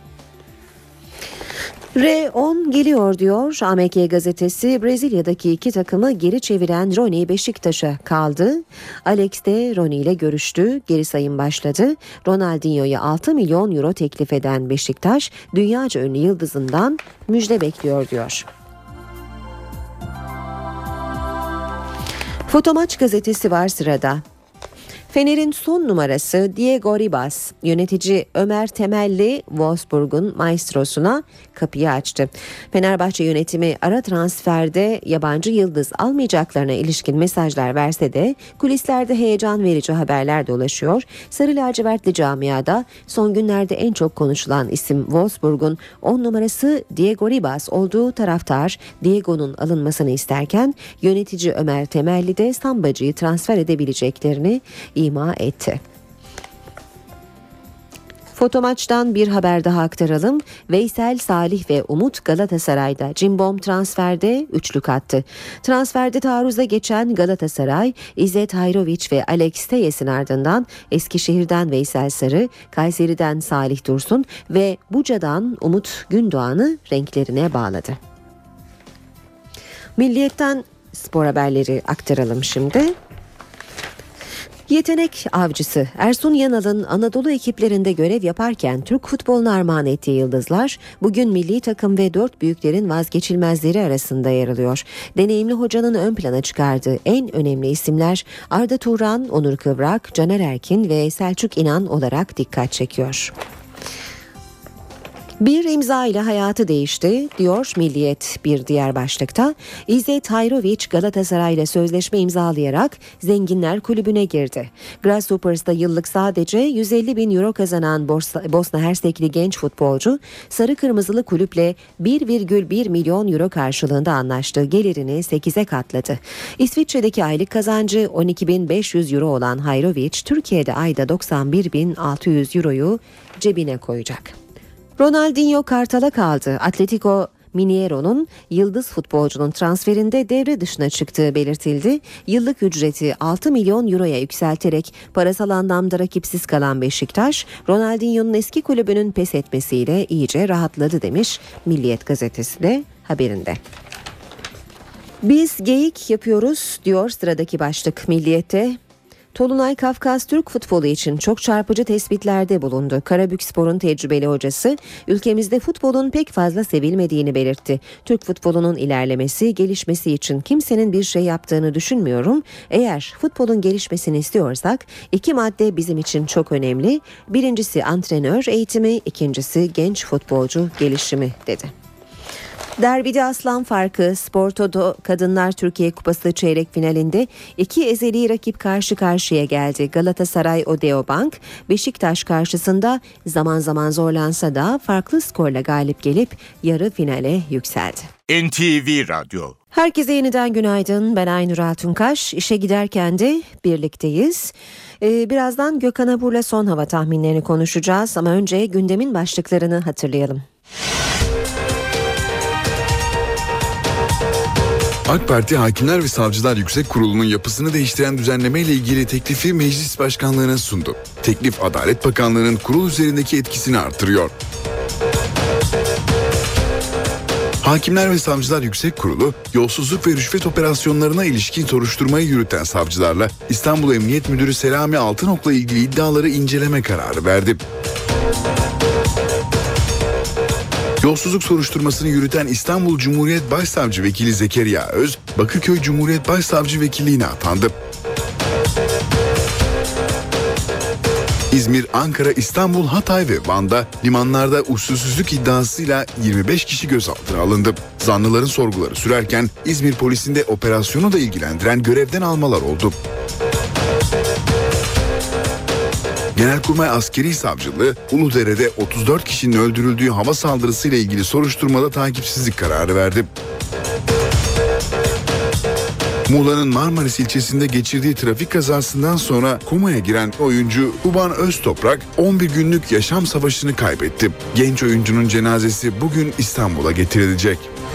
R on geliyor diyor A M K gazetesi. Brezilya'daki iki takımı geri çeviren Rony Beşiktaş'a kaldı. Alex de Rony ile görüştü. Geri sayım başladı. Ronaldinho'ya altı milyon euro teklif eden Beşiktaş dünyaca ünlü yıldızından müjde bekliyor diyor. Fotomaç gazetesi var sırada. Fener'in son numarası Diego Ribas, yönetici Ömer Temelli Wolfsburg'un maestrosuna kapıyı açtı. Fenerbahçe yönetimi ara transferde yabancı yıldız almayacaklarına ilişkin mesajlar verse de kulislerde heyecan verici haberler dolaşıyor. Sarı lacivertli camiada son günlerde en çok konuşulan isim Wolfsburg'un on numarası Diego Ribas olduğu taraftar Diego'nun alınmasını isterken yönetici Ömer Temelli de Sambacı'yı transfer edebileceklerini ima etti. Fotomaç'tan bir haber daha aktaralım. Veysel, Salih ve Umut Galatasaray'da cimbom transferde üçlük attı. Transferde taarruza geçen Galatasaray, İzzet Hayroviç ve Alex Teyes'in ardından Eskişehir'den Veysel Sarı, Kayseri'den Salih Dursun ve Buca'dan Umut Gündoğan'ı renklerine bağladı. Milliyet'ten spor haberleri aktaralım şimdi. Yetenek avcısı Ersun Yanal'ın Anadolu ekiplerinde görev yaparken Türk futboluna armağan ettiği yıldızlar bugün milli takım ve dört büyüklerin vazgeçilmezleri arasında yer alıyor. Deneyimli hocanın ön plana çıkardığı en önemli isimler Arda Turan, Onur Kıvrak, Caner Erkin ve Selçuk İnan olarak dikkat çekiyor. Bir imza ile hayatı değişti diyor Milliyet bir diğer başlıkta. İzzet Hayroviç Galatasaray ile sözleşme imzalayarak Zenginler Kulübü'ne girdi. Grasshooppers'ta yıllık sadece yüz elli bin euro kazanan Bosna Hersekli genç futbolcu sarı kırmızılı kulüple bir virgül bir milyon euro karşılığında anlaştığı gelirini sekize katladı. İsviçre'deki aylık kazancı on iki bin beş yüz euro olan Hayroviç Türkiye'de ayda doksan bir bin altı yüz euroyu cebine koyacak. Ronaldinho Kartal'a kaldı. Atletico Mineiro'nun yıldız futbolcunun transferinde devre dışına çıktığı belirtildi. Yıllık ücreti altı milyon euroya yükselterek parasal anlamda rakipsiz kalan Beşiktaş, Ronaldinho'nun eski kulübünün pes etmesiyle iyice rahatladı demiş Milliyet gazetesi de haberinde. Biz geyik yapıyoruz diyor sıradaki başlık Milliyet'te. Tolunay Kafkas Türk futbolu için çok çarpıcı tespitlerde bulundu. Karabükspor'un tecrübeli hocası ülkemizde futbolun pek fazla sevilmediğini belirtti. Türk futbolunun ilerlemesi, gelişmesi için kimsenin bir şey yaptığını düşünmüyorum. Eğer futbolun gelişmesini istiyorsak iki madde bizim için çok önemli. Birincisi antrenör eğitimi, ikincisi genç futbolcu gelişimi dedi. Derbide aslan farkı Spor Toto Kadınlar Türkiye Kupası çeyrek finalinde iki ezeli rakip karşı karşıya geldi. Galatasaray Odeobank, Beşiktaş karşısında zaman zaman zorlansa da farklı skorla galip gelip yarı finale yükseldi. N T V Radyo. Herkese yeniden günaydın. Ben Aynur Altunkaş. İşe giderken de birlikteyiz. Ee, birazdan Gökhan Abur'la son hava tahminlerini konuşacağız ama önce gündemin başlıklarını hatırlayalım. AK Parti Hakimler ve Savcılar Yüksek Kurulu'nun yapısını değiştiren düzenleme ile ilgili teklifi Meclis Başkanlığı'na sundu. Teklif Adalet Bakanlığı'nın kurul üzerindeki etkisini artırıyor. Hakimler ve Savcılar Yüksek Kurulu, yolsuzluk ve rüşvet operasyonlarına ilişkin soruşturmayı yürüten savcılarla İstanbul Emniyet Müdürü Selami Altınok'la ilgili iddiaları inceleme kararı verdi. Yolsuzluk soruşturmasını yürüten İstanbul Cumhuriyet Başsavcı Vekili Zekeriya Öz, Bakırköy Cumhuriyet Başsavcı Vekilliğine atandı. İzmir, Ankara, İstanbul, Hatay ve Van'da limanlarda usulsüzlük iddiasıyla yirmi beş kişi gözaltına alındı. Zanlıların sorguları sürerken İzmir polisinde operasyonu da ilgilendiren görevden almalar oldu. Genelkurmay Askeri Savcılığı, Uludere'de otuz dört kişinin öldürüldüğü hava saldırısıyla ilgili soruşturmada takipsizlik kararı verdi. Muğla'nın Marmaris ilçesinde geçirdiği trafik kazasından sonra komaya giren oyuncu Kuban Öztoprak on bir günlük yaşam savaşını kaybetti. Genç oyuncunun cenazesi bugün İstanbul'a getirilecek.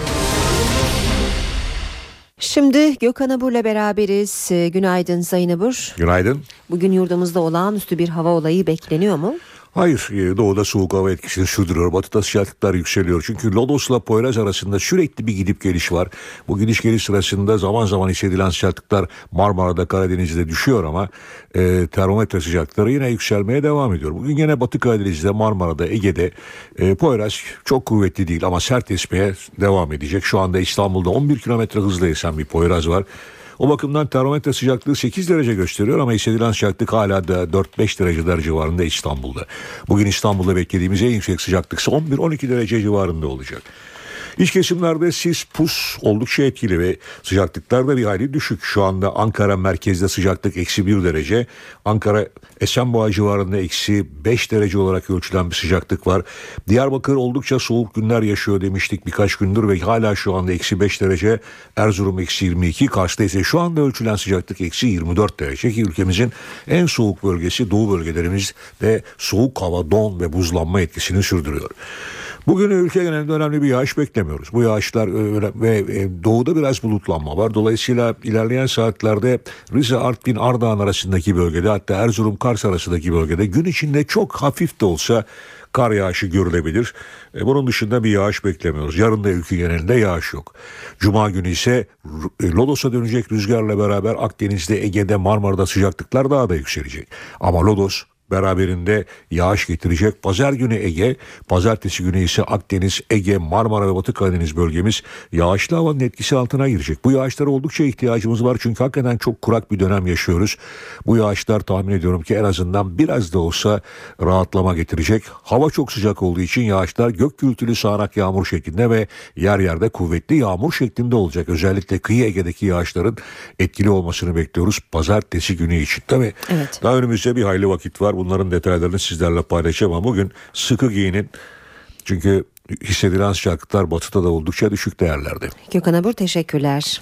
Şimdi Gökhan Abur'la beraberiz. Günaydın Sayın Abur. Günaydın. Bugün yurdumuzda olağanüstü bir hava olayı bekleniyor mu? Hayır, doğuda soğuk hava etkisini sürdürüyor. Batıda sıcaklıklar yükseliyor. Çünkü Lodos'la Poyraz arasında sürekli bir gidip geliş var. Bu gidiş geliş sırasında zaman zaman hissedilen sıcaklıklar Marmara'da, Karadeniz'de düşüyor ama e, termometre sıcaklıkları yine yükselmeye devam ediyor. Bugün yine Batı Karadeniz'de, Marmara'da, Ege'de e, Poyraz çok kuvvetli değil ama sert esmeye devam edecek. Şu anda İstanbul'da on bir kilometre hızla esen bir Poyraz var. O bakımdan termometre sıcaklığı sekiz derece gösteriyor ama hissedilen sıcaklık hala da dört beş dereceler civarında İstanbul'da. Bugün İstanbul'da beklediğimiz en yüksek sıcaklık ise on bir on iki derece civarında olacak. İç kesimlerde sis, pus oldukça etkili ve sıcaklıklar da bir hayli düşük. Şu anda Ankara merkezde sıcaklık eksi bir derece. Ankara Esenboğa civarında eksi beş derece olarak ölçülen bir sıcaklık var. Diyarbakır oldukça soğuk günler yaşıyor demiştik birkaç gündür ve hala şu anda eksi beş derece. Erzurum eksi yirmi iki. Kars'ta ise şu anda ölçülen sıcaklık eksi yirmi dört derece ki ülkemizin en soğuk bölgesi Doğu bölgelerimizde soğuk hava, don ve buzlanma etkisini sürdürüyor. Bugün ülke genelinde önemli bir yağış beklemiyoruz. Bu yağışlar ve doğuda biraz bulutlanma var. Dolayısıyla ilerleyen saatlerde Rize, Artvin, Ardahan arasındaki bölgede, hatta Erzurum, Kars arasındaki bölgede gün içinde çok hafif de olsa kar yağışı görülebilir. Bunun dışında bir yağış beklemiyoruz. Yarın da ülke genelinde yağış yok. Cuma günü ise Lodos'a dönecek rüzgarla beraber Akdeniz'de, Ege'de, Marmara'da sıcaklıklar daha da yükselecek. Ama Lodos beraberinde yağış getirecek. Pazar günü Ege, pazartesi günü ise Akdeniz, Ege, Marmara ve Batı Karadeniz bölgemiz yağışlı havanın etkisi altına girecek. Bu yağışlara oldukça ihtiyacımız var çünkü hakikaten çok kurak bir dönem yaşıyoruz. Bu yağışlar tahmin ediyorum ki en azından biraz da olsa rahatlama getirecek. Hava çok sıcak olduğu için yağışlar gök gürültülü sağanak yağmur şeklinde ve yer yerde kuvvetli yağmur şeklinde olacak. Özellikle kıyı Ege'deki yağışların etkili olmasını bekliyoruz pazartesi günü için. Tabii evet. Daha önümüzde bir hayli vakit var. Bunların detaylarını sizlerle paylaşacağım ama bugün sıkı giyinin. Çünkü hissedilen sıcaklıklar batıda da oldukça düşük değerlerde. Gökhan Abur teşekkürler.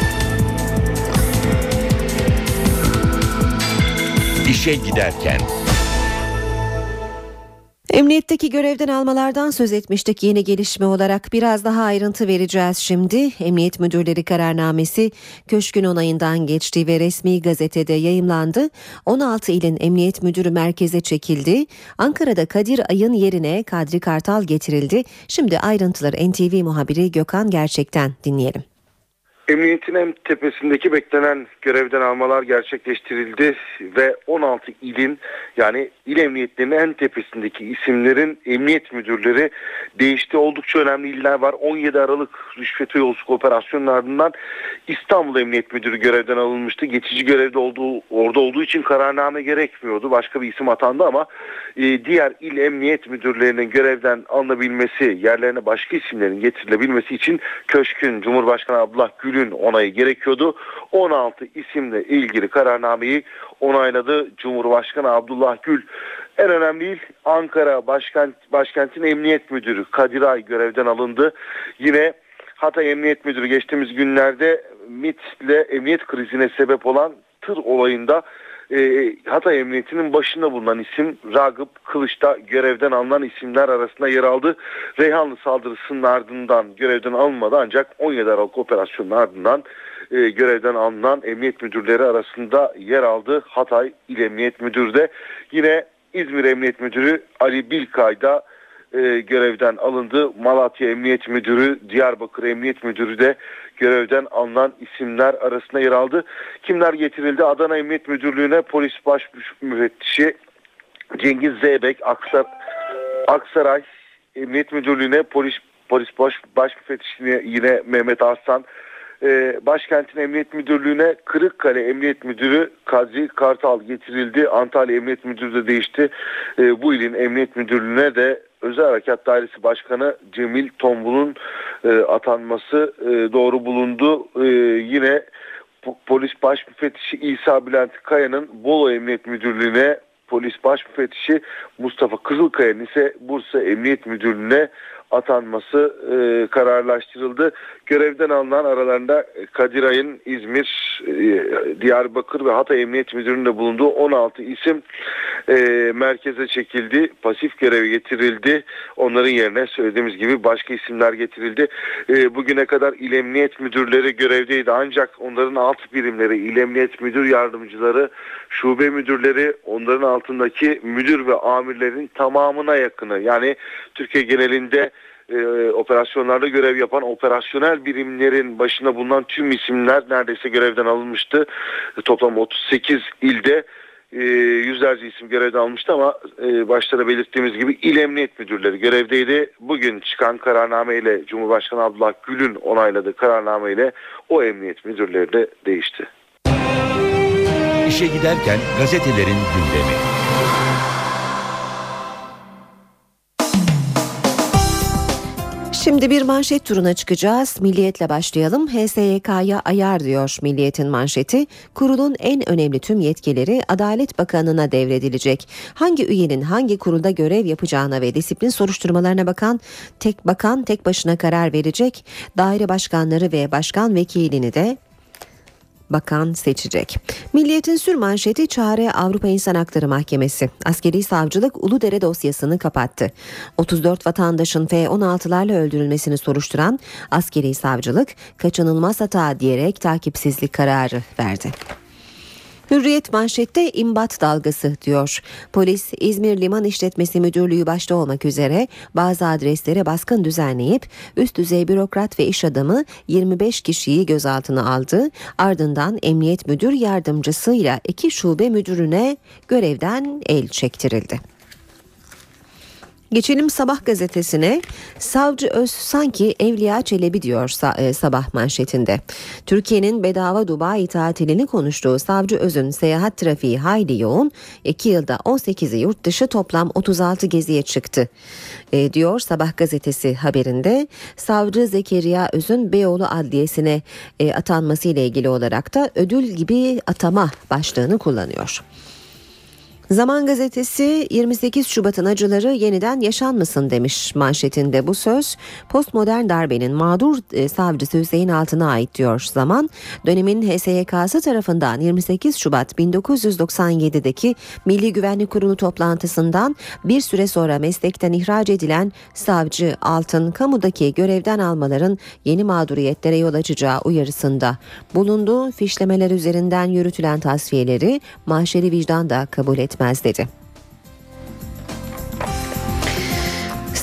İşe giderken. Emniyetteki görevden almalardan söz etmiştik. Yeni gelişme olarak biraz daha ayrıntı vereceğiz şimdi. Emniyet Müdürleri kararnamesi köşkün onayından geçti ve resmi gazetede yayımlandı. on altı ilin emniyet müdürü merkeze çekildi. Ankara'da Kadir Ay'ın yerine Kadri Kartal getirildi. Şimdi ayrıntıları N T V muhabiri Gökhan Gerçek'ten dinleyelim. Emniyetin en tepesindeki beklenen görevden almalar gerçekleştirildi ve on altı ilin, yani il emniyetlerinin en tepesindeki isimlerin emniyet müdürleri değişti. Oldukça önemli iller var. on yedi Aralık rüşvet ve yolsuzluk operasyonunun ardından İstanbul Emniyet Müdürü görevden alınmıştı. Geçici görevde olduğu, orada olduğu için kararname gerekmiyordu. Başka bir isim atandı ama e, diğer il emniyet müdürlerinin görevden alınabilmesi, yerlerine başka isimlerin getirilebilmesi için Köşk'ün, Cumhurbaşkanı Abdullah Gül'ün onayı gerekiyordu. on altı isimle ilgili kararnameyi onayladı Cumhurbaşkanı Abdullah Gül. En önemli il Ankara başkent, başkentin emniyet müdürü Kadir Ay görevden alındı. Yine Hatay Emniyet Müdürü geçtiğimiz günlerde M İ T ile emniyet krizine sebep olan tır olayında e, Hatay Emniyeti'nin başında bulunan isim Ragıp Kılıç'ta görevden alınan isimler arasında yer aldı. Reyhanlı saldırısının ardından görevden alınmadı ancak on yedi Aralık operasyonunun ardından e, görevden alınan emniyet müdürleri arasında yer aldı. Hatay İl Emniyet Müdürü de yine İzmir Emniyet Müdürü Ali Bilkay da e, görevden alındı. Malatya Emniyet Müdürü, Diyarbakır Emniyet Müdürü de görevden alınan isimler arasında yer aldı. Kimler getirildi? Adana Emniyet Müdürlüğü'ne polis baş müfettişi Cengiz Zeybek, Aksar, Aksaray Emniyet Müdürlüğü'ne polis polis baş, baş müfettişi yine Mehmet Arslan, Ee, Başkentin Emniyet Müdürlüğü'ne Kırıkkale Emniyet Müdürü Kadri Kartal getirildi. Antalya Emniyet Müdürü de değişti. Ee, bu ilin Emniyet Müdürlüğü'ne de Özel Harekat Dairesi Başkanı Cemil Tombul'un e, atanması e, doğru bulundu. E, yine Polis Baş Müfettişi İsa Bülent Kaya'nın Bolu Emniyet Müdürlüğü'ne, Polis Baş Müfettişi Mustafa Kızılkaya'nın ise Bursa Emniyet Müdürlüğü'ne atanması e, kararlaştırıldı. Görevden alınan aralarında Kadir Ay'ın İzmir, e, Diyarbakır ve Hatay Emniyet Müdürlüğü'nde bulunduğu on altı isim e, merkeze çekildi. Pasif göreve getirildi. Onların yerine söylediğimiz gibi başka isimler getirildi. E, bugüne kadar il emniyet müdürleri görevdeydi ancak onların alt birimleri, il emniyet müdür yardımcıları, şube müdürleri, onların altındaki müdür ve amirlerin tamamına yakını, yani Türkiye genelinde e, operasyonlarda görev yapan operasyonel birimlerin başında bulunan tüm isimler neredeyse görevden alınmıştı. E, toplam otuz sekiz ilde e, yüzlerce isim görevden almıştı ama e, başta da belirttiğimiz gibi il emniyet müdürleri görevdeydi. Bugün çıkan kararnameyle, Cumhurbaşkanı Abdullah Gül'ün onayladığı kararnameyle o emniyet müdürleri de değişti. İşe giderken gazetelerin gündemi. Şimdi bir manşet turuna çıkacağız. Milliyetle başlayalım. H S Y K'ya ayar diyor Milliyet'in manşeti. Kurulun en önemli tüm yetkileri Adalet Bakanı'na devredilecek. Hangi üyenin hangi kurulda görev yapacağına ve disiplin soruşturmalarına bakan tek bakan tek başına karar verecek. Daire başkanları ve başkan vekilini de bakan seçecek. Milliyet'in sürmanşeti çare Avrupa İnsan Hakları Mahkemesi. Askeri savcılık Uludere dosyasını kapattı. otuz dört vatandaşın F on altılarla öldürülmesini soruşturan askeri savcılık kaçınılmaz hata diyerek takipsizlik kararı verdi. Hürriyet manşette imbat dalgası diyor. Polis İzmir Liman İşletmesi Müdürlüğü başta olmak üzere bazı adreslere baskın düzenleyip üst düzey bürokrat ve iş adamı yirmi beş kişiyi gözaltına aldı. Ardından Emniyet Müdür Yardımcısıyla iki şube müdürüne görevden el çektirildi. Geçelim Sabah gazetesine. Savcı Öz sanki Evliya Çelebi diyor Sabah manşetinde. Türkiye'nin bedava Dubai tatilini konuştuğu Savcı Öz'ün seyahat trafiği hayli yoğun. iki yılda on sekizi yurt dışı, toplam otuz altı geziye çıktı e, diyor Sabah gazetesi haberinde. Savcı Zekeriya Öz'ün Beyoğlu Adliyesi'ne e, atanması ile ilgili olarak da ödül gibi atama başlığını kullanıyor. Zaman gazetesi yirmi sekiz Şubat'ın acıları yeniden yaşanmasın demiş manşetinde bu söz. Postmodern darbenin mağdur e, savcısı Hüseyin Altın'a ait diyor Zaman. Dönemin H S Y K'sı tarafından yirmi sekiz Şubat bin dokuz yüz doksan yedi'deki Milli Güvenlik Kurulu toplantısından bir süre sonra meslekten ihraç edilen savcı Altın, kamudaki görevden almaların yeni mağduriyetlere yol açacağı uyarısında bulundu. Fişlemeler üzerinden yürütülen tasfiyeleri mahşeri vicdan da kabul etmedi. Dedi.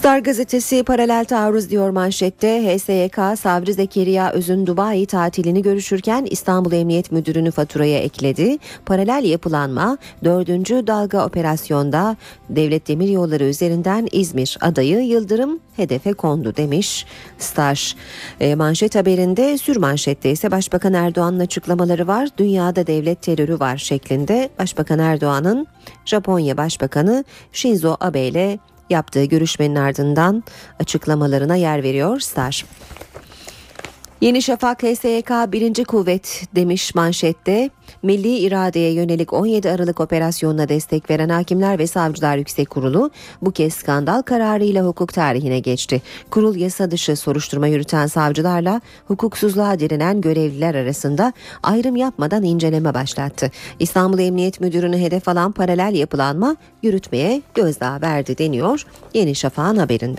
Star gazetesi paralel taarruz diyor manşette. H S Y K savcı Zekeriya Öz'ün Dubai tatilini görüşürken İstanbul Emniyet Müdürü'nü faturaya ekledi. Paralel yapılanma dördüncü dalga operasyonda Devlet Demiryolları üzerinden İzmir adayı Yıldırım hedefe kondu demiş Star. E, manşet haberinde, sür manşette ise Başbakan Erdoğan'ın açıklamaları var. Dünyada devlet terörü var şeklinde Başbakan Erdoğan'ın Japonya Başbakanı Shinzo Abe ile yaptığı görüşmenin ardından açıklamalarına yer veriyor Star. Yeni Şafak H S Y K birinci kuvvet demiş manşette. Milli iradeye yönelik on yedi Aralık operasyonuna destek veren Hakimler ve Savcılar Yüksek Kurulu bu kez skandal kararıyla hukuk tarihine geçti. Kurul yasa dışı soruşturma yürüten savcılarla hukuksuzluğa direnen görevliler arasında ayrım yapmadan inceleme başlattı. İstanbul Emniyet Müdürü'nü hedef alan paralel yapılanma yürütmeye gözdağı verdi deniyor Yeni Şafak'ın haberinde.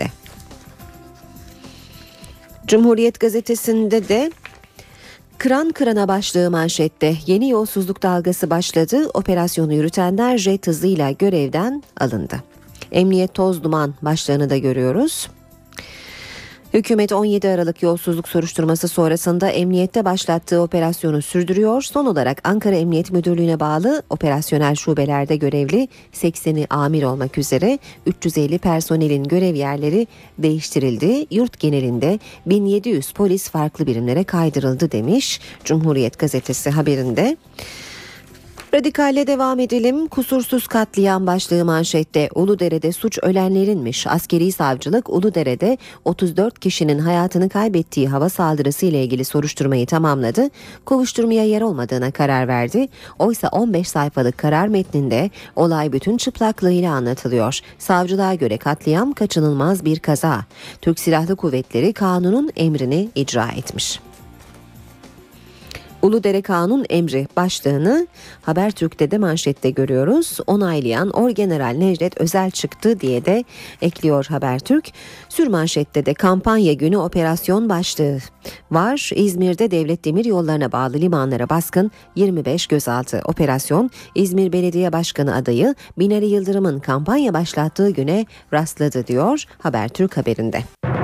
Cumhuriyet gazetesinde de kıran kırana başlığı manşette. Yeni yolsuzluk dalgası başladı. Operasyonu yürütenler jet hızıyla görevden alındı. Emniyet toz duman başlığını da görüyoruz. Hükümet on yedi Aralık yolsuzluk soruşturması sonrasında emniyette başlattığı operasyonu sürdürüyor. Son olarak Ankara Emniyet Müdürlüğü'ne bağlı operasyonel şubelerde görevli sekseni amir olmak üzere üç yüz elli personelin görev yerleri değiştirildi. Yurt genelinde bin yedi yüz polis farklı birimlere kaydırıldı demiş Cumhuriyet gazetesi haberinde. Radikalle devam edelim. Kusursuz katliam başlığı manşette. Uludere'de suç ölenlerinmiş. Askeri savcılık Uludere'de otuz dört kişinin hayatını kaybettiği hava saldırısı ile ilgili soruşturmayı tamamladı. Kovuşturmaya yer olmadığına karar verdi. Oysa on beş sayfalık karar metninde olay bütün çıplaklığıyla anlatılıyor. Savcılığa göre katliam kaçınılmaz bir kaza. Türk Silahlı Kuvvetleri kanunun emrini icra etmiş. Uludere Kanun Emri başlığını Habertürk'te de manşette görüyoruz. Onaylayan Orgeneral Necdet Özel çıktı diye de ekliyor Habertürk. Sürmanşette de kampanya günü operasyon başlığı var. İzmir'de devlet demiryollarına bağlı limanlara baskın, yirmi beş gözaltı. Operasyon İzmir Belediye Başkanı adayı Binali Yıldırım'ın kampanya başlattığı güne rastladı diyor Habertürk haberinde.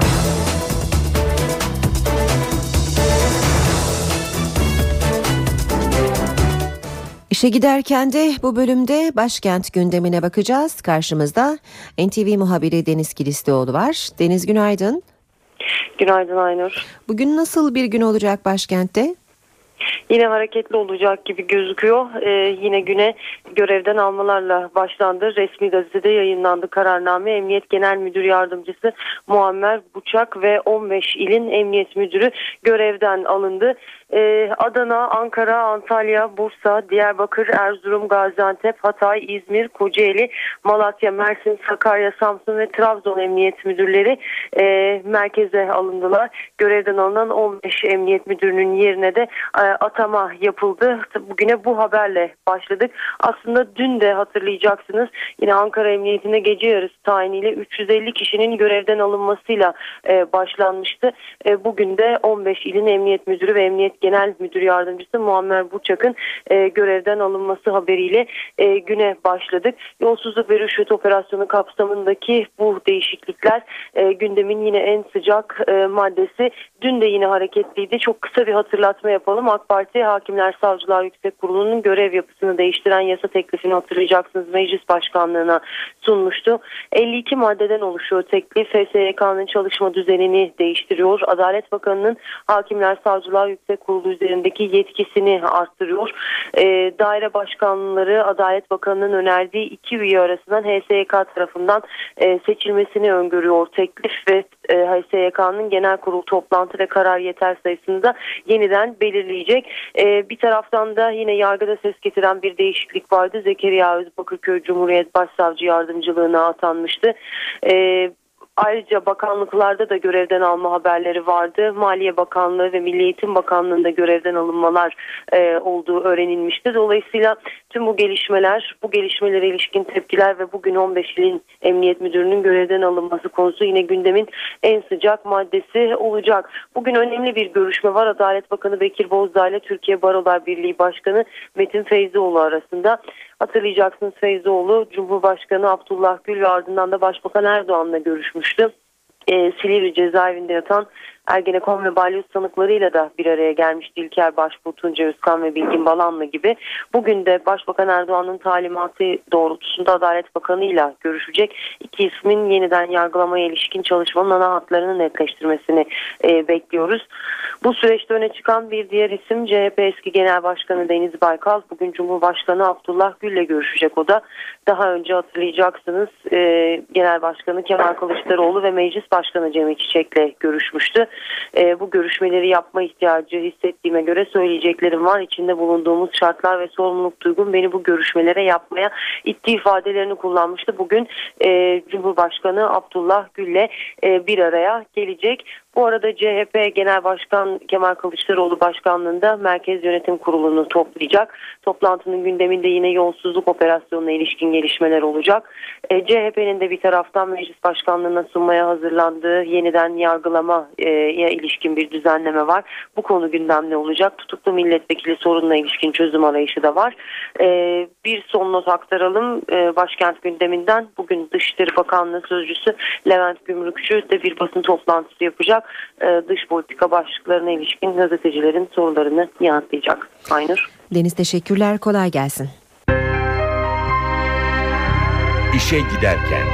İşe giderken de bu bölümde başkent gündemine bakacağız. Karşımızda N T V muhabiri Deniz Kilislioğlu var. Deniz, günaydın. Günaydın Aynur. Bugün nasıl bir gün olacak başkentte? Yine hareketli olacak gibi gözüküyor. Ee, yine güne görevden almalarla başlandı. Resmi gazetede yayınlandı kararname. Emniyet Genel Müdür Yardımcısı Muammer Buçak ve on beş ilin emniyet müdürü görevden alındı. Ee, Adana, Ankara, Antalya, Bursa, Diyarbakır, Erzurum, Gaziantep, Hatay, İzmir, Kocaeli, Malatya, Mersin, Sakarya, Samsun ve Trabzon emniyet müdürleri e, merkeze alındılar. Görevden alınan on beş emniyet müdürünün yerine de e, atama yapıldı. Bugüne bu haberle başladık. Aslında dün de hatırlayacaksınız yine Ankara Emniyetine gece yarısı tayiniyle üç yüz elli kişinin görevden alınmasıyla e, başlanmıştı. E, bugün de on beş ilin emniyet müdürü ve emniyet Genel Müdür Yardımcısı Muammer Buçak'ın e, görevden alınması haberiyle e, güne başladık. Yolsuzluk ve rüşvet operasyonu kapsamındaki bu değişiklikler e, gündemin yine en sıcak e, maddesi. Dün de yine hareketliydi. Çok kısa bir hatırlatma yapalım. AK Parti Hakimler Savcılar Yüksek Kurulu'nun görev yapısını değiştiren yasa teklifini hatırlayacaksınız meclis başkanlığına sunmuştu. elli iki maddeden oluşuyor teklif. H S Y K'nın çalışma düzenini değiştiriyor. Adalet Bakanı'nın Hakimler Savcılar Yüksek Kurulu üzerindeki yetkisini arttırıyor. E, daire başkanları Adalet Bakanı'nın önerdiği iki üye arasından H S Y K tarafından e, seçilmesini öngörüyor teklif ve e, H S Y K'nın genel kurul toplantı ve karar yeter sayısını da yeniden belirleyecek. E, bir taraftan da yine yargıda ses getiren bir değişiklik vardı. Zekeriya Öz Bakırköy Cumhuriyet Başsavcı Yardımcılığına atanmıştı. E, Ayrıca bakanlıklarda da görevden alma haberleri vardı. Maliye Bakanlığı ve Milli Eğitim Bakanlığı'nda görevden alınmalar e, olduğu öğrenilmişti. Dolayısıyla tüm bu gelişmeler, bu gelişmelere ilişkin tepkiler ve bugün on beş ilin emniyet müdürünün görevden alınması konusu yine gündemin en sıcak maddesi olacak. Bugün önemli bir görüşme var. Adalet Bakanı Bekir Bozdağ ile Türkiye Barolar Birliği Başkanı Metin Feyzioğlu arasında. Hatırlayacaksınız, Feyzoğlu Cumhurbaşkanı Abdullah Gül ve ardından da Başbakan Erdoğan'la görüşmüştü. E, Silivri cezaevinde yatan Ergenekon ve balyoz sanıklarıyla da bir araya gelmişti. İlker Başbuğ, Tunca Özkan ve Bilgin Balanlı gibi. Bugün de Başbakan Erdoğan'ın talimatı doğrultusunda Adalet Bakanı ile görüşecek. İki ismin yeniden yargılamaya ilişkin çalışmanın ana hatlarını netleştirmesini e, bekliyoruz. Bu süreçte öne çıkan bir diğer isim C H P eski Genel Başkanı Deniz Baykal. Bugün Cumhurbaşkanı Abdullah Gül ile görüşecek o da. Daha önce hatırlayacaksınız e, Genel Başkanı Kemal Kılıçdaroğlu ve Meclis Başkanı Cemil Çiçek'le görüşmüştü. E, bu görüşmeleri yapma ihtiyacı hissettiğime göre söyleyeceklerim var. İçinde bulunduğumuz şartlar ve sorumluluk duygum beni bu görüşmelere yapmaya itti ifadelerini kullanmıştı. Bugün e, Cumhurbaşkanı Abdullah Gül'le e, bir araya gelecek. Bu arada C H P Genel Başkan Kemal Kılıçdaroğlu başkanlığında Merkez Yönetim Kurulu'nu toplayacak. Toplantının gündeminde yine yolsuzluk operasyonuna ilişkin gelişmeler olacak. E, C H P'nin de bir taraftan meclis başkanlığına sunmaya hazırlandığı yeniden yargılamaya ilişkin bir düzenleme var. Bu konu gündemde olacak. Tutuklu milletvekili sorununa ilişkin çözüm arayışı da var. E, bir son not aktaralım e, başkent gündeminden. Bugün Dışişleri Bakanlığı Sözcüsü Levent Gümrükçü de bir basın toplantısı yapacak. Dış politika başlıklarına ilişkin gazetecilerin sorularını yanıtlayacak. Aynur. Deniz, teşekkürler. Kolay gelsin. İşe giderken.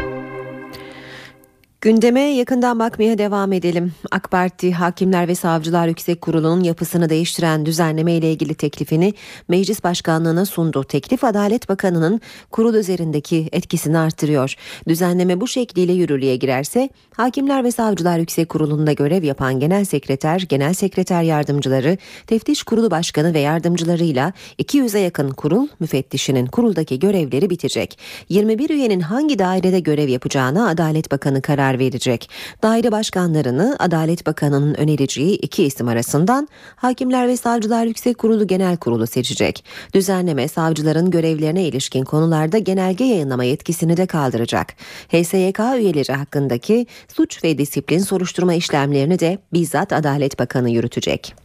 Gündeme yakından bakmaya devam edelim. AK Parti Hakimler ve Savcılar Yüksek Kurulu'nun yapısını değiştiren düzenleme ile ilgili teklifini Meclis Başkanlığı'na sundu. Teklif Adalet Bakanı'nın kurul üzerindeki etkisini artırıyor. Düzenleme bu şekliyle yürürlüğe girerse Hakimler ve Savcılar Yüksek Kurulu'nda görev yapan Genel Sekreter, Genel Sekreter Yardımcıları, Teftiş Kurulu Başkanı ve yardımcılarıyla iki yüze yakın kurul müfettişinin kuruldaki görevleri bitecek. yirmi bir üyenin hangi dairede görev yapacağına Adalet Bakanı karar verecek. Daire başkanlarını Adalet Bakanı'nın önereceği iki isim arasından Hakimler ve Savcılar Yüksek Kurulu Genel Kurulu seçecek. Düzenleme savcıların görevlerine ilişkin konularda genelge yayınlama yetkisini de kaldıracak. H S Y K üyeleri hakkındaki suç ve disiplin soruşturma işlemlerini de bizzat Adalet Bakanı yürütecek.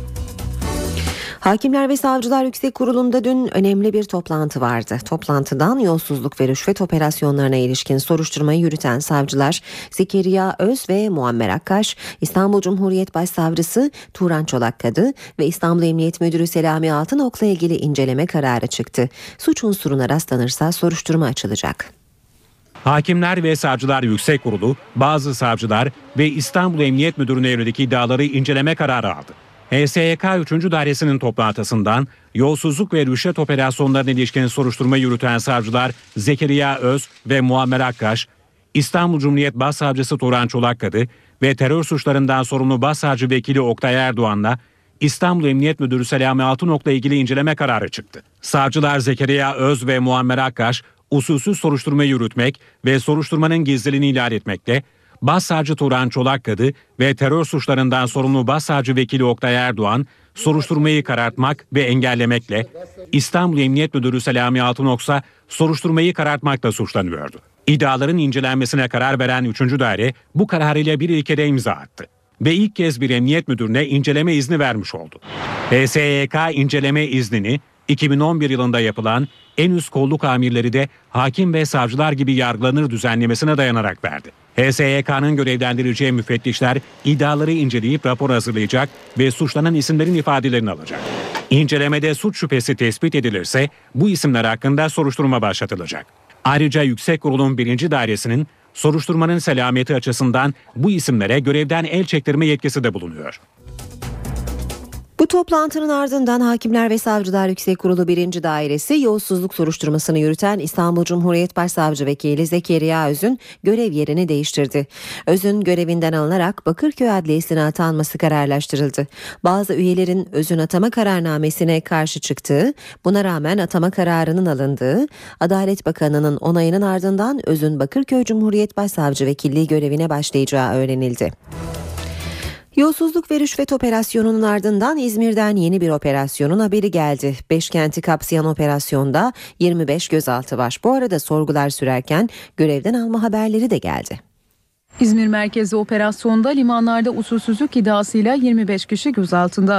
Hakimler ve Savcılar Yüksek Kurulu'nda dün önemli bir toplantı vardı. Toplantıdan yolsuzluk ve rüşvet operasyonlarına ilişkin soruşturmayı yürüten savcılar Zekeriya Öz ve Muammer Akkaş, İstanbul Cumhuriyet Başsavcısı Turan Çolakkadı ve İstanbul Emniyet Müdürü Selami Altınok'la ilgili inceleme kararı çıktı. Suç unsuruna rastlanırsa soruşturma açılacak. Hakimler ve Savcılar Yüksek Kurulu, bazı savcılar ve İstanbul Emniyet Müdürü'ne yönelik iddiaları inceleme kararı aldı. H S Y K üçüncü Dairesi'nin toplantısından yolsuzluk ve rüşvet operasyonlarına ilişkin soruşturma yürüten savcılar Zekeriya Öz ve Muammer Akkaş, İstanbul Cumhuriyet Başsavcısı Turan Çolakkadı ve terör suçlarından sorumlu Başsavcı Vekili Oktay Erdoğan'la İstanbul Emniyet Müdürü Selami Altınok'la ilgili inceleme kararı çıktı. Savcılar Zekeriya Öz ve Muammer Akkaş, usulsüz soruşturma yürütmek ve soruşturmanın gizliliğini ihlal etmekle, Başsavcı Turan Çolakkadı ve terör suçlarından sorumlu Başsavcı Vekili Oktay Erdoğan, soruşturmayı karartmak ve engellemekle, İstanbul Emniyet Müdürü Selami Altınok'sa soruşturmayı karartmakla suçlanıyordu. İddiaların incelenmesine karar veren üçüncü daire bu kararıyla bir ilkede imza attı ve ilk kez bir emniyet müdürüne inceleme izni vermiş oldu. H S Y K inceleme iznini iki bin on bir yılında yapılan en üst kolluk amirleri de hakim ve savcılar gibi yargılanır düzenlemesine dayanarak verdi. H S Y K'nın görevlendireceği müfettişler iddiaları inceleyip rapor hazırlayacak ve suçlanan isimlerin ifadelerini alacak. İncelemede suç şüphesi tespit edilirse bu isimler hakkında soruşturma başlatılacak. Ayrıca Yüksek Kurul'un birinci Dairesi'nin soruşturmanın selameti açısından bu isimlere görevden el çektirme yetkisi de bulunuyor. Bu toplantının ardından Hakimler ve Savcılar Yüksek Kurulu birinci Dairesi yolsuzluk soruşturmasını yürüten İstanbul Cumhuriyet Başsavcı Vekili Zekeriya Öz'ün görev yerini değiştirdi. Öz'ün görevinden alınarak Bakırköy Adliyesi'ne atanması kararlaştırıldı. Bazı üyelerin Öz'ün atama kararnamesine karşı çıktığı, buna rağmen atama kararının alındığı, Adalet Bakanı'nın onayının ardından Öz'ün Bakırköy Cumhuriyet Başsavcı Vekilliği görevine başlayacağı öğrenildi. Yolsuzluk ve rüşvet operasyonunun ardından İzmir'den yeni bir operasyonun haberi geldi. Beş kenti kapsayan operasyonda yirmi beş gözaltı var. Bu arada sorgular sürerken görevden alma haberleri de geldi. İzmir merkezli operasyonda limanlarda usulsüzlük iddiasıyla yirmi beş kişi gözaltında.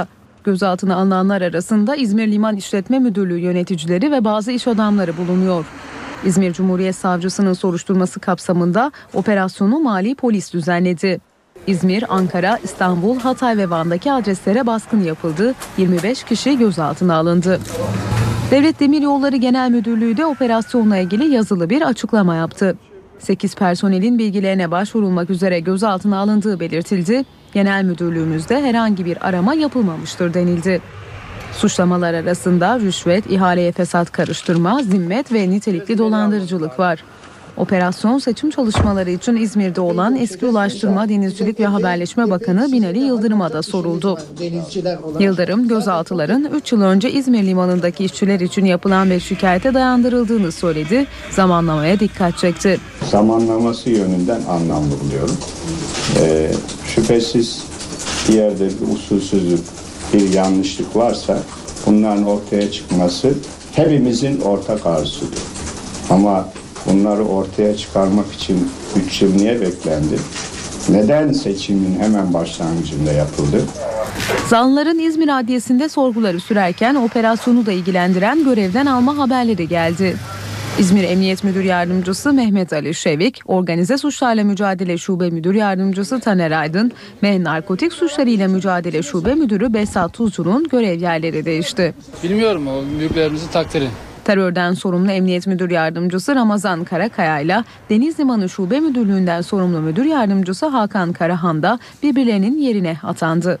gözaltına alınanlar arasında İzmir Liman İşletme Müdürlüğü yöneticileri ve bazı iş adamları bulunuyor. İzmir Cumhuriyet Savcısının soruşturması kapsamında operasyonu Mali Polis düzenledi. İzmir, Ankara, İstanbul, Hatay ve Van'daki adreslere baskın yapıldı. yirmi beş kişi gözaltına alındı. Devlet Demiryolları Genel Müdürlüğü de operasyonla ilgili yazılı bir açıklama yaptı. sekiz personelin bilgilerine başvurulmak üzere gözaltına alındığı belirtildi. Genel Müdürlüğümüzde herhangi bir arama yapılmamıştır denildi. Suçlamalar arasında rüşvet, ihaleye fesat karıştırma, zimmet ve nitelikli dolandırıcılık var. Operasyon seçim çalışmaları için İzmir'de olan eski Ulaştırma, Denizcilik ve Haberleşme Bakanı Binali Yıldırım'a da soruldu. Yıldırım, gözaltıların üç yıl önce İzmir Limanı'ndaki işçiler için yapılan bir şikayete dayandırıldığını söyledi. Zamanlamaya dikkat çekti. Zamanlaması yönünden anlamlı buluyorum. Ee, şüphesiz bir yerde bir usulsüzlük, bir yanlışlık varsa bunların ortaya çıkması hepimizin ortak arzusudur. Ama bunları ortaya çıkarmak için üç yıl niye beklendi? Neden seçimin hemen başlangıcında yapıldı? Zanlıların İzmir Adliyesi'nde sorguları sürerken operasyonu da ilgilendiren görevden alma haberleri geldi. İzmir Emniyet Müdür Yardımcısı Mehmet Ali Şevik, Organize Suçlarla Mücadele Şube Müdür Yardımcısı Taner Aydın ve Narkotik Suçlarıyla Mücadele Şube Müdürü Behzat Tuzcu'nun görev yerleri değişti. Bilmiyorum, o büyüklerimizin takdiri. Terörden sorumlu Emniyet Müdür Yardımcısı Ramazan Karakaya ile Deniz Limanı Şube Müdürlüğü'nden sorumlu Müdür Yardımcısı Hakan Karahan da birbirlerinin yerine atandı.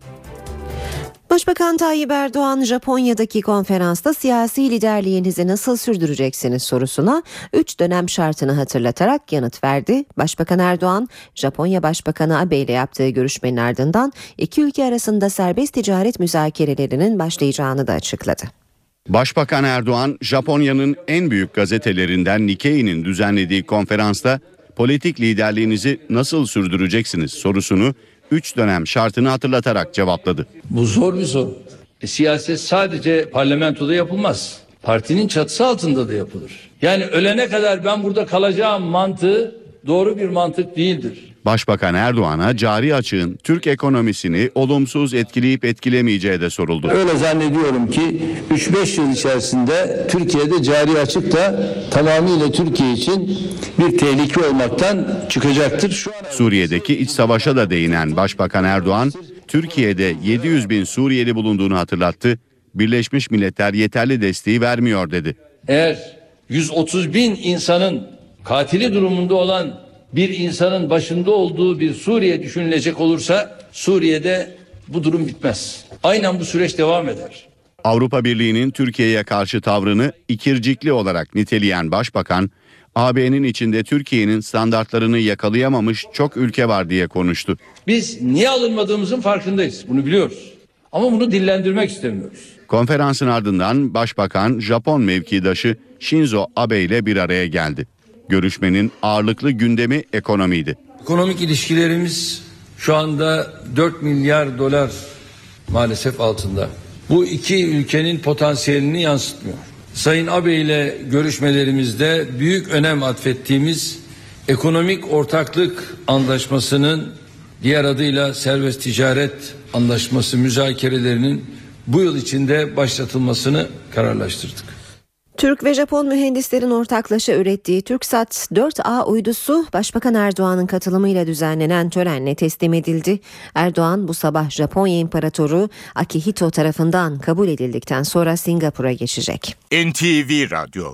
Başbakan Tayyip Erdoğan Japonya'daki konferansta siyasi liderliğinizi nasıl sürdüreceksiniz sorusuna üç dönem şartını hatırlatarak yanıt verdi. Başbakan Erdoğan, Japonya Başbakanı Abe ile yaptığı görüşmenin ardından iki ülke arasında serbest ticaret müzakerelerinin başlayacağını da açıkladı. Başbakan Erdoğan, Japonya'nın en büyük gazetelerinden Nikkei'nin düzenlediği konferansta politik liderliğinizi nasıl sürdüreceksiniz sorusunu üç dönem şartını hatırlatarak cevapladı. Bu zor bir soru. E, siyaset sadece parlamentoda yapılmaz. Partinin çatısı altında da yapılır. Yani ölene kadar ben burada kalacağım mantığı doğru bir mantık değildir. Başbakan Erdoğan'a cari açığın Türk ekonomisini olumsuz etkileyip etkilemeyeceği de soruldu. Öyle zannediyorum ki üç beş yıl içerisinde Türkiye'de cari açık da tamamıyla Türkiye için bir tehlike olmaktan çıkacaktır. Şu an... Suriye'deki iç savaşa da değinen Başbakan Erdoğan, Türkiye'de yedi yüz bin Suriyeli bulunduğunu hatırlattı. Birleşmiş Milletler yeterli desteği vermiyor dedi. Eğer yüz otuz bin insanın katili durumunda olan bir insanın başında olduğu bir Suriye düşünülecek olursa Suriye'de bu durum bitmez. Aynen bu süreç devam eder. Avrupa Birliği'nin Türkiye'ye karşı tavrını ikircikli olarak niteleyen Başbakan, A B'nin içinde Türkiye'nin standartlarını yakalayamamış çok ülke var diye konuştu. Biz niye alınmadığımızın farkındayız. Bunu biliyoruz. Ama bunu dillendirmek istemiyoruz. Konferansın ardından Başbakan Japon mevkidaşı Shinzo Abe ile bir araya geldi. Görüşmenin ağırlıklı gündemi ekonomiydi. Ekonomik ilişkilerimiz şu anda dört milyar dolar maalesef altında. Bu iki ülkenin potansiyelini yansıtmıyor. Sayın Abe ile görüşmelerimizde büyük önem atfettiğimiz ekonomik ortaklık anlaşmasının, diğer adıyla serbest ticaret anlaşması müzakerelerinin bu yıl içinde başlatılmasını kararlaştırdık. Türk ve Japon mühendislerin ortaklaşa ürettiği TürkSat dört A uydusu Başbakan Erdoğan'ın katılımıyla düzenlenen törenle teslim edildi. Erdoğan bu sabah Japonya İmparatoru Akihito tarafından kabul edildikten sonra Singapur'a geçecek. N T V Radyo.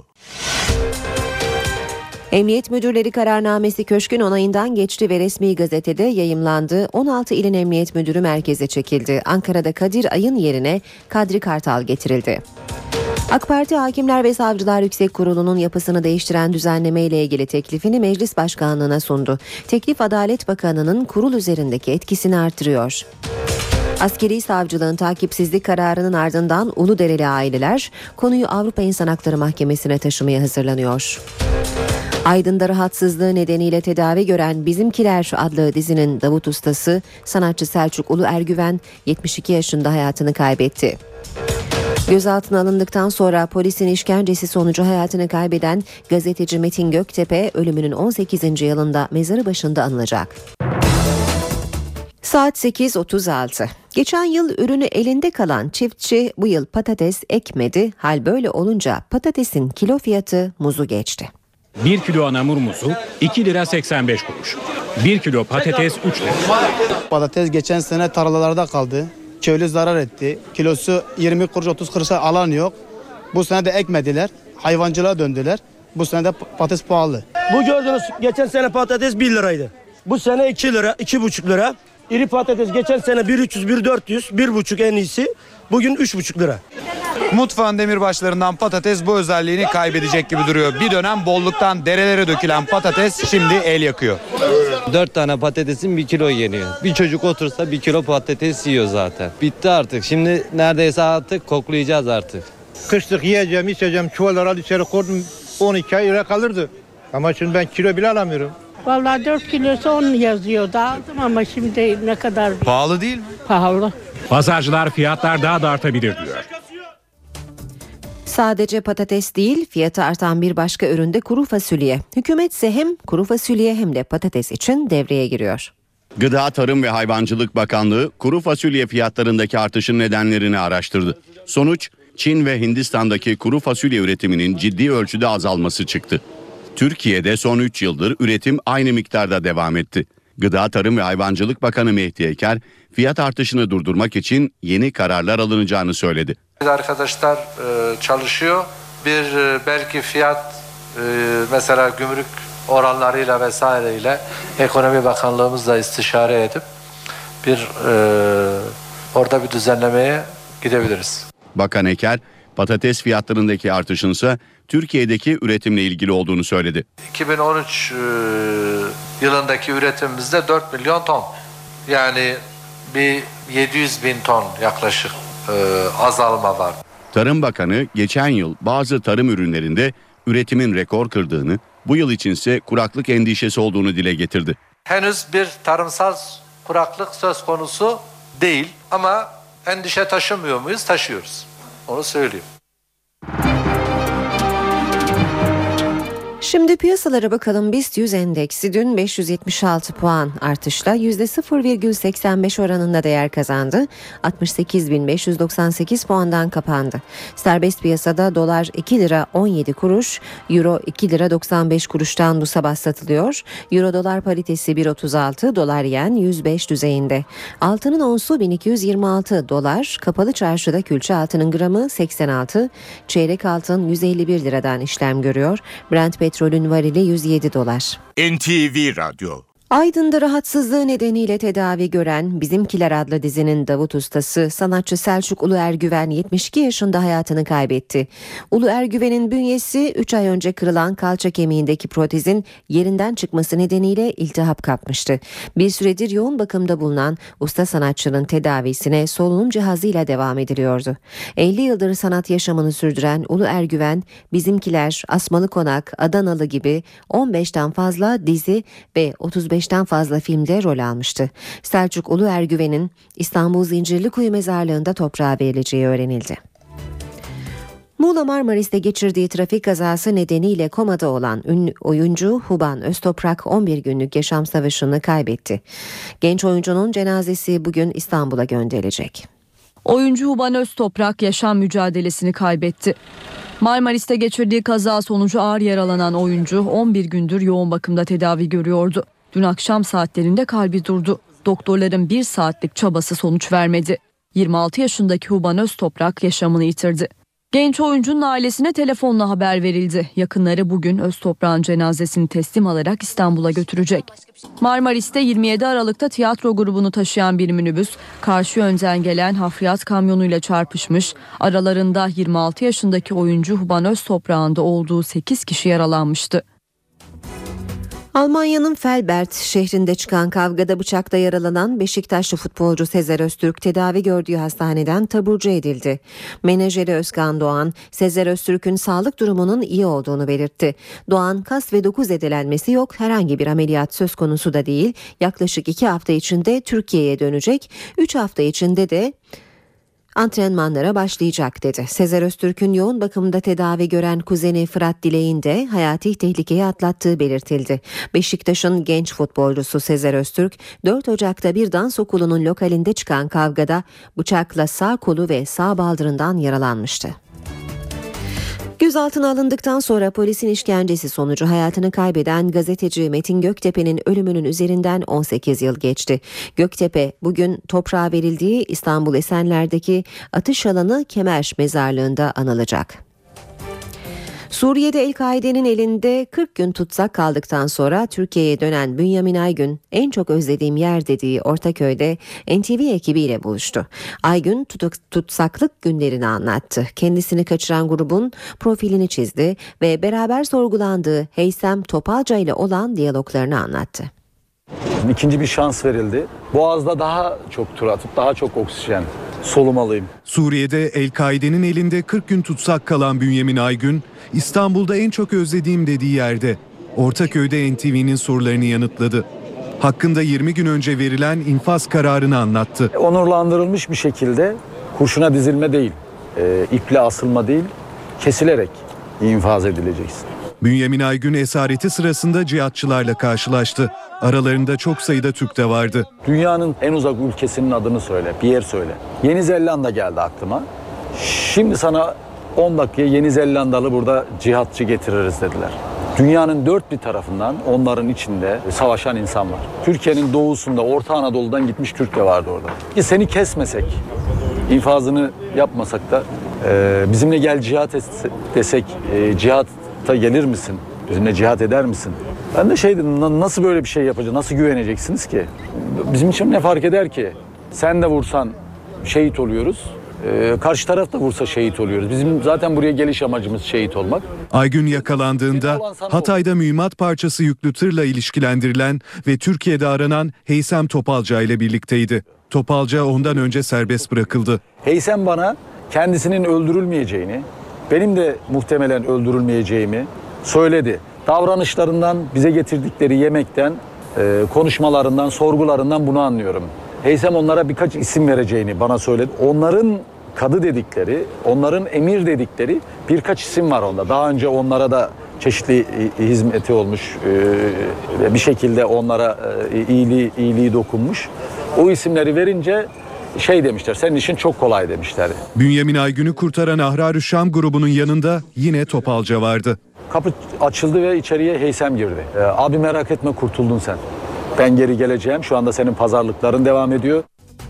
Emniyet Müdürleri kararnamesi köşkün onayından geçti ve resmi gazetede yayımlandı. on altı ilin emniyet müdürü merkeze çekildi. Ankara'da Kadir Ay'ın yerine Kadri Kartal getirildi. AK Parti Hakimler ve Savcılar Yüksek Kurulu'nun yapısını değiştiren düzenleme ile ilgili teklifini Meclis Başkanlığı'na sundu. Teklif Adalet Bakanı'nın kurul üzerindeki etkisini artırıyor. Askeri savcılığın takipsizlik kararının ardından Uludereli aileler konuyu Avrupa İnsan Hakları Mahkemesi'ne taşımaya hazırlanıyor. Aydın'da rahatsızlığı nedeniyle tedavi gören Bizimkiler adlı dizinin Davut ustası sanatçı Selçuk Ulu Ergüven yetmiş iki yaşında hayatını kaybetti. Gözaltına alındıktan sonra polisin işkencesi sonucu hayatını kaybeden gazeteci Metin Göktepe ölümünün on sekizinci yılında mezarı başında anılacak. Saat sekiz otuz altı. Geçen yıl ürünü elinde kalan çiftçi bu yıl patates ekmedi. Hal böyle olunca patatesin kilo fiyatı muzu geçti. bir kilo anamur muzu iki lira seksen beş kuruş. bir kilo patates üç lira. Patates geçen sene tarlalarda kaldı. Köylü zarar etti. Kilosu yirmi kuruş otuz kuruşa alan yok. Bu sene de ekmediler. Hayvancılığa döndüler. Bu sene de patates pahalı. Bu gördüğünüz geçen sene patates bir liraydı. Bu sene iki lira, iki buçuk lira. İri patates geçen sene bir üç yüz, bir dört yüz, bir buçuk en iyisi. Bugün üç buçuk lira. Mutfağın demirbaşlarından patates bu özelliğini kaybedecek gibi duruyor. Bir dönem bolluktan derelere dökülen patates şimdi el yakıyor. Dört tane patatesin bir kilo yeniyor. Bir çocuk otursa bir kilo patates yiyor zaten. Bitti artık. Şimdi neredeyse artık koklayacağız artık. Kışlık yiyeceğim, içeceğim, çuvallara içeri koydum, on iki ay lira kalırdı. Ama şimdi ben kilo bile alamıyorum. Vallahi dört kilosu on yazıyordu, aldım ama şimdi ne kadar... Pahalı değil mi? Pahalı. Pazarcılar fiyatlar daha da artabilir diyor. Sadece patates değil, fiyatı artan bir başka üründe kuru fasulye. Hükümet ise hem kuru fasulye hem de patates için devreye giriyor. Gıda, Tarım ve Hayvancılık Bakanlığı kuru fasulye fiyatlarındaki artışın nedenlerini araştırdı. Sonuç, Çin ve Hindistan'daki kuru fasulye üretiminin ciddi ölçüde azalması çıktı. Türkiye'de son üç yıldır üretim aynı miktarda devam etti. Gıda, Tarım ve Hayvancılık Bakanı Mehdi Eker, fiyat artışını durdurmak için yeni kararlar alınacağını söyledi. Arkadaşlar çalışıyor. Bir belki fiyat mesela gümrük oranlarıyla vesaireyle Ekonomi Bakanlığımızla istişare edip bir orada bir düzenlemeye gidebiliriz. Bakan Eker, patates fiyatlarındaki artışın ise Türkiye'deki üretimle ilgili olduğunu söyledi. iki bin on üç yılındaki üretimimizde dört milyon ton. Yani bir yedi yüz bin ton yaklaşık azalma var. Tarım Bakanı geçen yıl bazı tarım ürünlerinde üretimin rekor kırdığını, bu yıl içinse kuraklık endişesi olduğunu dile getirdi. Henüz bir tarımsal kuraklık söz konusu değil ama endişe taşımıyor muyuz? Taşıyoruz. Onu söyleyeyim. Şimdi piyasalara bakalım. BIST yüz endeksi dün beş yüz yetmiş altı puan artışla yüzde sıfır virgül seksen beş oranında değer kazandı. altmış sekiz bin beş yüz doksan sekiz puandan kapandı. Serbest piyasada dolar iki lira on yedi kuruş, euro iki lira doksan beş kuruştan bu sabah satılıyor. Euro dolar paritesi bir otuz altı, dolar yen yüz beş düzeyinde. Altının onsu bin iki yüz yirmi altı dolar, kapalı çarşıda külçe altının gramı seksen altı, çeyrek altın yüz elli bir liradan işlem görüyor. Brent petrolün varili yüz yedi dolar. N T V Radyo. Aydın'da rahatsızlığı nedeniyle tedavi gören Bizimkiler adlı dizinin Davut ustası sanatçı Selçuk Ulu Ergüven yetmiş iki yaşında hayatını kaybetti. Ulu Ergüven'in bünyesi üç ay önce kırılan kalça kemiğindeki protezin yerinden çıkması nedeniyle iltihap kapmıştı. Bir süredir yoğun bakımda bulunan usta sanatçının tedavisine solunum cihazıyla devam ediliyordu. elli yıldır sanat yaşamını sürdüren Ulu Ergüven, Bizimkiler, Asmalı Konak, Adanalı gibi on beşten fazla dizi ve otuz beşten fazla filmde rol almıştı. Selçuk Ulu Ergüven'in İstanbul Zincirlikuyu mezarlığında toprağa verileceği öğrenildi. Muğla Marmaris'te geçirdiği trafik kazası nedeniyle komada olan ünlü oyuncu Huban Öztoprak on bir günlük yaşam savaşını kaybetti. Genç oyuncunun cenazesi bugün İstanbul'a gönderilecek. Oyuncu Huban Öztoprak yaşam mücadelesini kaybetti. Marmaris'te geçirdiği kaza sonucu ağır yaralanan oyuncu on bir gündür yoğun bakımda tedavi görüyordu. Dün akşam saatlerinde kalbi durdu. Doktorların bir saatlik çabası sonuç vermedi. yirmi altı yaşındaki Huban Öztoprak yaşamını yitirdi. Genç oyuncunun ailesine telefonla haber verildi. Yakınları bugün Öztoprak'ın cenazesini teslim alarak İstanbul'a götürecek. Marmaris'te yirmi yedi Aralık'ta tiyatro grubunu taşıyan bir minibüs karşı yönden gelen hafriyat kamyonuyla çarpışmış. Aralarında yirmi altı yaşındaki oyuncu Huban Öztoprak'ın da olduğu sekiz kişi yaralanmıştı. Almanya'nın Felbert şehrinde çıkan kavgada bıçakla yaralanan Beşiktaşlı futbolcu Sezer Öztürk tedavi gördüğü hastaneden taburcu edildi. Menajeri Özkan Doğan, Sezer Öztürk'ün sağlık durumunun iyi olduğunu belirtti. Doğan, kas ve doku zedelenmesi yok, herhangi bir ameliyat söz konusu da değil. Yaklaşık iki hafta içinde Türkiye'ye dönecek, üç hafta içinde de antrenmanlara başlayacak dedi. Sezer Öztürk'ün yoğun bakımda tedavi gören kuzeni Fırat Dilek'in de hayati tehlikeyi atlattığı belirtildi. Beşiktaş'ın genç futbolcusu Sezer Öztürk, dört Ocak'ta bir dans okulunun lokalinde çıkan kavgada bıçakla sağ kolu ve sağ baldırından yaralanmıştı. Gözaltına alındıktan sonra polisin işkencesi sonucu hayatını kaybeden gazeteci Metin Göktepe'nin ölümünün üzerinden on sekiz yıl geçti. Göktepe bugün toprağa verildiği İstanbul Esenler'deki atış alanı Kemer Mezarlığı'nda anılacak. Suriye'de El-Kaide'nin elinde kırk gün tutsak kaldıktan sonra Türkiye'ye dönen Bünyamin Aygün en çok özlediğim yer dediği Ortaköy'de N T V ekibiyle buluştu. Aygün tutuk, tutsaklık günlerini anlattı. Kendisini kaçıran grubun profilini çizdi ve beraber sorgulandığı Heysem Topalca ile olan diyaloglarını anlattı. İkinci bir şans verildi. Boğaz'da daha çok tur atıp daha çok oksijen solumalıyım. Suriye'de El-Kaide'nin elinde kırk gün tutsak kalan Bünyamin Aygün, İstanbul'da en çok özlediğim dediği yerde Ortaköy'de N T V'nin sorularını yanıtladı. Hakkında yirmi gün önce verilen infaz kararını anlattı. Onurlandırılmış bir şekilde kurşuna dizilme değil, e, iple asılma değil, kesilerek infaz edileceksin. Bünyamin Aygün esareti sırasında cihatçılarla karşılaştı. Aralarında çok sayıda Türk de vardı. Dünyanın en uzak ülkesinin adını söyle, bir yer söyle. Yeni Zelanda geldi aklıma. Şimdi sana on dakikaya Yeni Zelandalı burada cihatçı getiririz dediler. Dünyanın dört bir tarafından onların içinde savaşan insan var. Türkiye'nin doğusunda, Orta Anadolu'dan gitmiş Türk de vardı orada. Ki seni kesmesek, infazını yapmasak da e, bizimle gel cihat desek, e, cihata gelir misin? Bizimle cihat eder misin? Ben de şey dedim, nasıl böyle bir şey yapacağız, nasıl güveneceksiniz ki? Bizim için ne fark eder ki? Sen de vursan şehit oluyoruz. Ee, karşı taraf da vursa şehit oluyoruz. Bizim zaten buraya geliş amacımız şehit olmak. Aygün yakalandığında Hatay'da mühimmat parçası yüklü tırla ilişkilendirilen ve Türkiye'de aranan Heysem Topalca ile birlikteydi. Topalca ondan önce serbest bırakıldı. Heysem bana kendisinin öldürülmeyeceğini, benim de muhtemelen öldürülmeyeceğimi söyledi. Davranışlarından, bize getirdikleri yemekten, e, konuşmalarından, sorgularından bunu anlıyorum. Heysem onlara birkaç isim vereceğini bana söyledi. Onların kadı dedikleri, onların emir dedikleri birkaç isim var onda. Daha önce onlara da çeşitli hizmeti olmuş ve e, bir şekilde onlara e, iyiliği, iyiliği dokunmuş. O isimleri verince şey demişler, senin işin çok kolay demişler. Bünyamin Aygün'ü kurtaran Ahrar-ı Şam grubunun yanında yine Topalca vardı. Kapı açıldı ve içeriye Heysem girdi. Ee, abi merak etme, kurtuldun sen. Ben geri geleceğim. Şu anda senin pazarlıkların devam ediyor.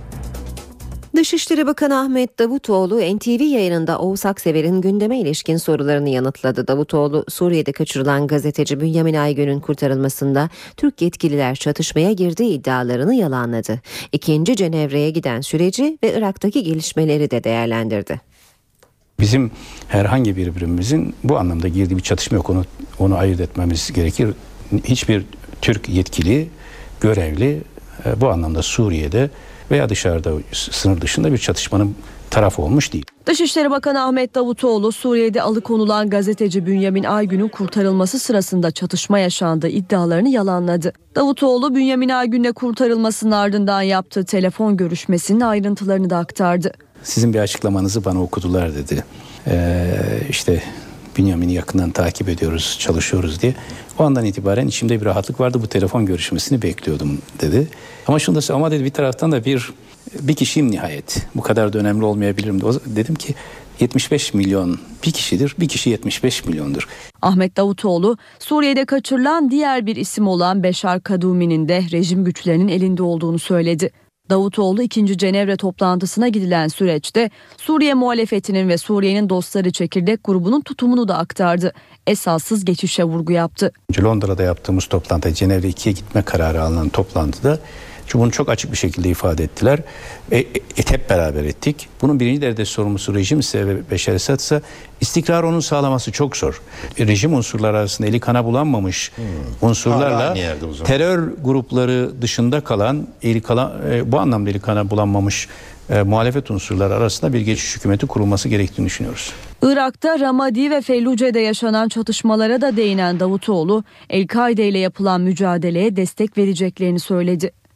Dışişleri Bakanı Ahmet Davutoğlu N T V yayınında Oğuz Aksever'in gündeme ilişkin sorularını yanıtladı. Davutoğlu, Suriye'de kaçırılan gazeteci Bünyamin Aygün'ün kurtarılmasında Türk yetkililer çatışmaya girdiği iddialarını yalanladı. İkinci Cenevre'ye giden süreci ve Irak'taki gelişmeleri de değerlendirdi. Bizim herhangi bir birimimizin bu anlamda girdiği bir çatışma yok. Onu, onu ayırt etmemiz gerekir. Hiçbir Türk yetkili, görevli bu anlamda Suriye'de veya dışarıda, sınır dışında bir çatışmanın tarafı olmuş değil. Dışişleri Bakanı Ahmet Davutoğlu, Suriye'de alıkonulan gazeteci Bünyamin Aygün'ün kurtarılması sırasında çatışma yaşandığı iddialarını yalanladı. Davutoğlu, Bünyamin Aygün'le kurtarılmasının ardından yaptığı telefon görüşmesinin ayrıntılarını da aktardı. Sizin bir açıklamanızı bana okudular dedi. Ee, işte Bünyamin'i yakından takip ediyoruz, çalışıyoruz diye. O andan itibaren içimde bir rahatlık vardı. Bu telefon görüşmesini bekliyordum dedi. Ama şunu da ama dedi bir taraftan da bir bir kişiyim nihayet. Bu kadar da önemli olmayabilirim de. Dedim ki yetmiş beş milyon bir kişidir. Bir kişi yetmiş beş milyondur. Ahmet Davutoğlu, Suriye'de kaçırılan diğer bir isim olan Beşar Kadumi'nin de rejim güçlerinin elinde olduğunu söyledi. Davutoğlu ikinci Cenevre toplantısına gidilen süreçte Suriye muhalefetinin ve Suriye'nin dostları çekirdek grubunun tutumunu da aktardı. Esassız geçişe vurgu yaptı. Londra'da yaptığımız toplantıda, Cenevre ikiye gitme kararı alınan toplantıda bunu çok açık bir şekilde ifade ettiler. E, e, hep beraber ettik. Bunun birinci derece sorumlusu rejim ise ve Beşar Esad ise istikrar onun sağlaması çok zor. E, rejim unsurları arasında eli kana bulanmamış hmm. unsurlarla terör grupları dışında kalan, eli kalan e, bu anlamda eli kana bulanmamış e, muhalefet unsurları arasında bir geçiş hükümeti kurulması gerektiğini düşünüyoruz. Irak'ta Ramadi ve Felluce'de yaşanan çatışmalara da değinen Davutoğlu, El-Kaide ile yapılan mücadeleye destek vereceklerini söyledi.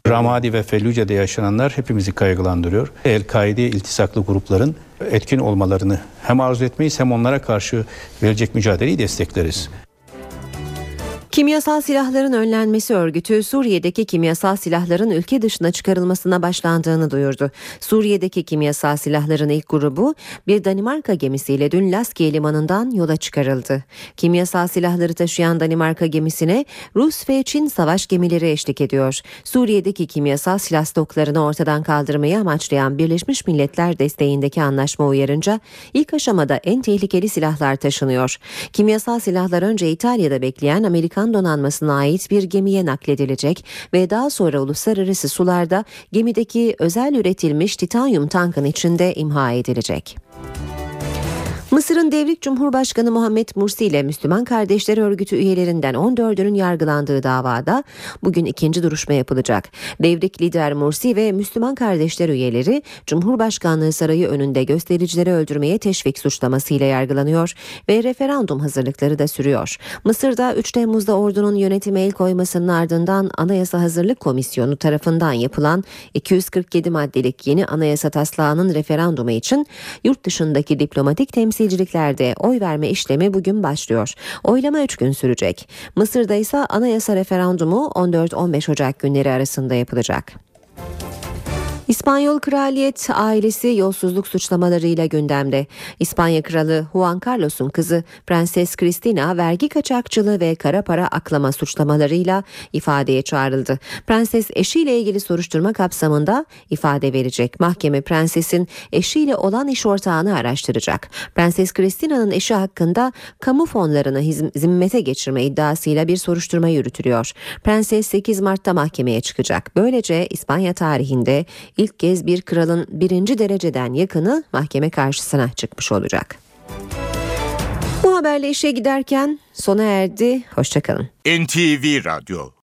Ramadi ve Fellüce'de yaşananlar hepimizi kaygılandırıyor. El-Kaide iltisaklı grupların etkin olmalarını hem arzu etmeyiz hem onlara karşı verecek mücadeleyi destekleriz. Kimyasal Silahların Önlenmesi Örgütü Suriye'deki kimyasal silahların ülke dışına çıkarılmasına başlandığını duyurdu. Suriye'deki kimyasal silahların ilk grubu bir Danimarka gemisiyle dün Laskiye limanından yola çıkarıldı. Kimyasal silahları taşıyan Danimarka gemisine Rus ve Çin savaş gemileri eşlik ediyor. Suriye'deki kimyasal silah stoklarını ortadan kaldırmayı amaçlayan Birleşmiş Milletler desteğindeki anlaşma uyarınca ilk aşamada en tehlikeli silahlar taşınıyor. Kimyasal silahlar önce İtalya'da bekleyen Amerikan donanmasına ait bir gemiye nakledilecek ve daha sonra uluslararası sularda gemideki özel üretilmiş titanyum tankın içinde imha edilecek. Mısır'ın devrik Cumhurbaşkanı Muhammed Mursi ile Müslüman Kardeşler Örgütü üyelerinden on dördünün yargılandığı davada bugün ikinci duruşma yapılacak. Devrik lider Mursi ve Müslüman Kardeşler üyeleri Cumhurbaşkanlığı sarayı önünde göstericileri öldürmeye teşvik suçlamasıyla yargılanıyor ve referandum hazırlıkları da sürüyor. Mısır'da üç Temmuz'da ordunun yönetime el koymasının ardından Anayasa Hazırlık Komisyonu tarafından yapılan iki yüz kırk yedi maddelik yeni anayasa taslağının referandumu için yurt dışındaki diplomatik temsilciler Temsilciliklerde oy verme işlemi bugün başlıyor. Oylama üç gün sürecek. Mısır'da ise anayasa referandumu on dört on beş Ocak günleri arasında yapılacak. İspanyol kraliyet ailesi yolsuzluk suçlamalarıyla gündemde. İspanya kralı Juan Carlos'un kızı Prenses Cristina vergi kaçakçılığı ve kara para aklama suçlamalarıyla ifadeye çağrıldı. Prenses eşiyle ilgili soruşturma kapsamında ifade verecek. Mahkeme prensesin eşiyle olan iş ortağını araştıracak. Prenses Cristina'nın eşi hakkında kamu fonlarını hizm- zimmete geçirme iddiasıyla bir soruşturma yürütülüyor. Prenses sekiz Mart'ta mahkemeye çıkacak. Böylece İspanya tarihinde İlk kez bir kralın birinci dereceden yakını mahkeme karşısına çıkmış olacak. Bu haberle işe giderken sona erdi. Hoşçakalın. N T V Radyo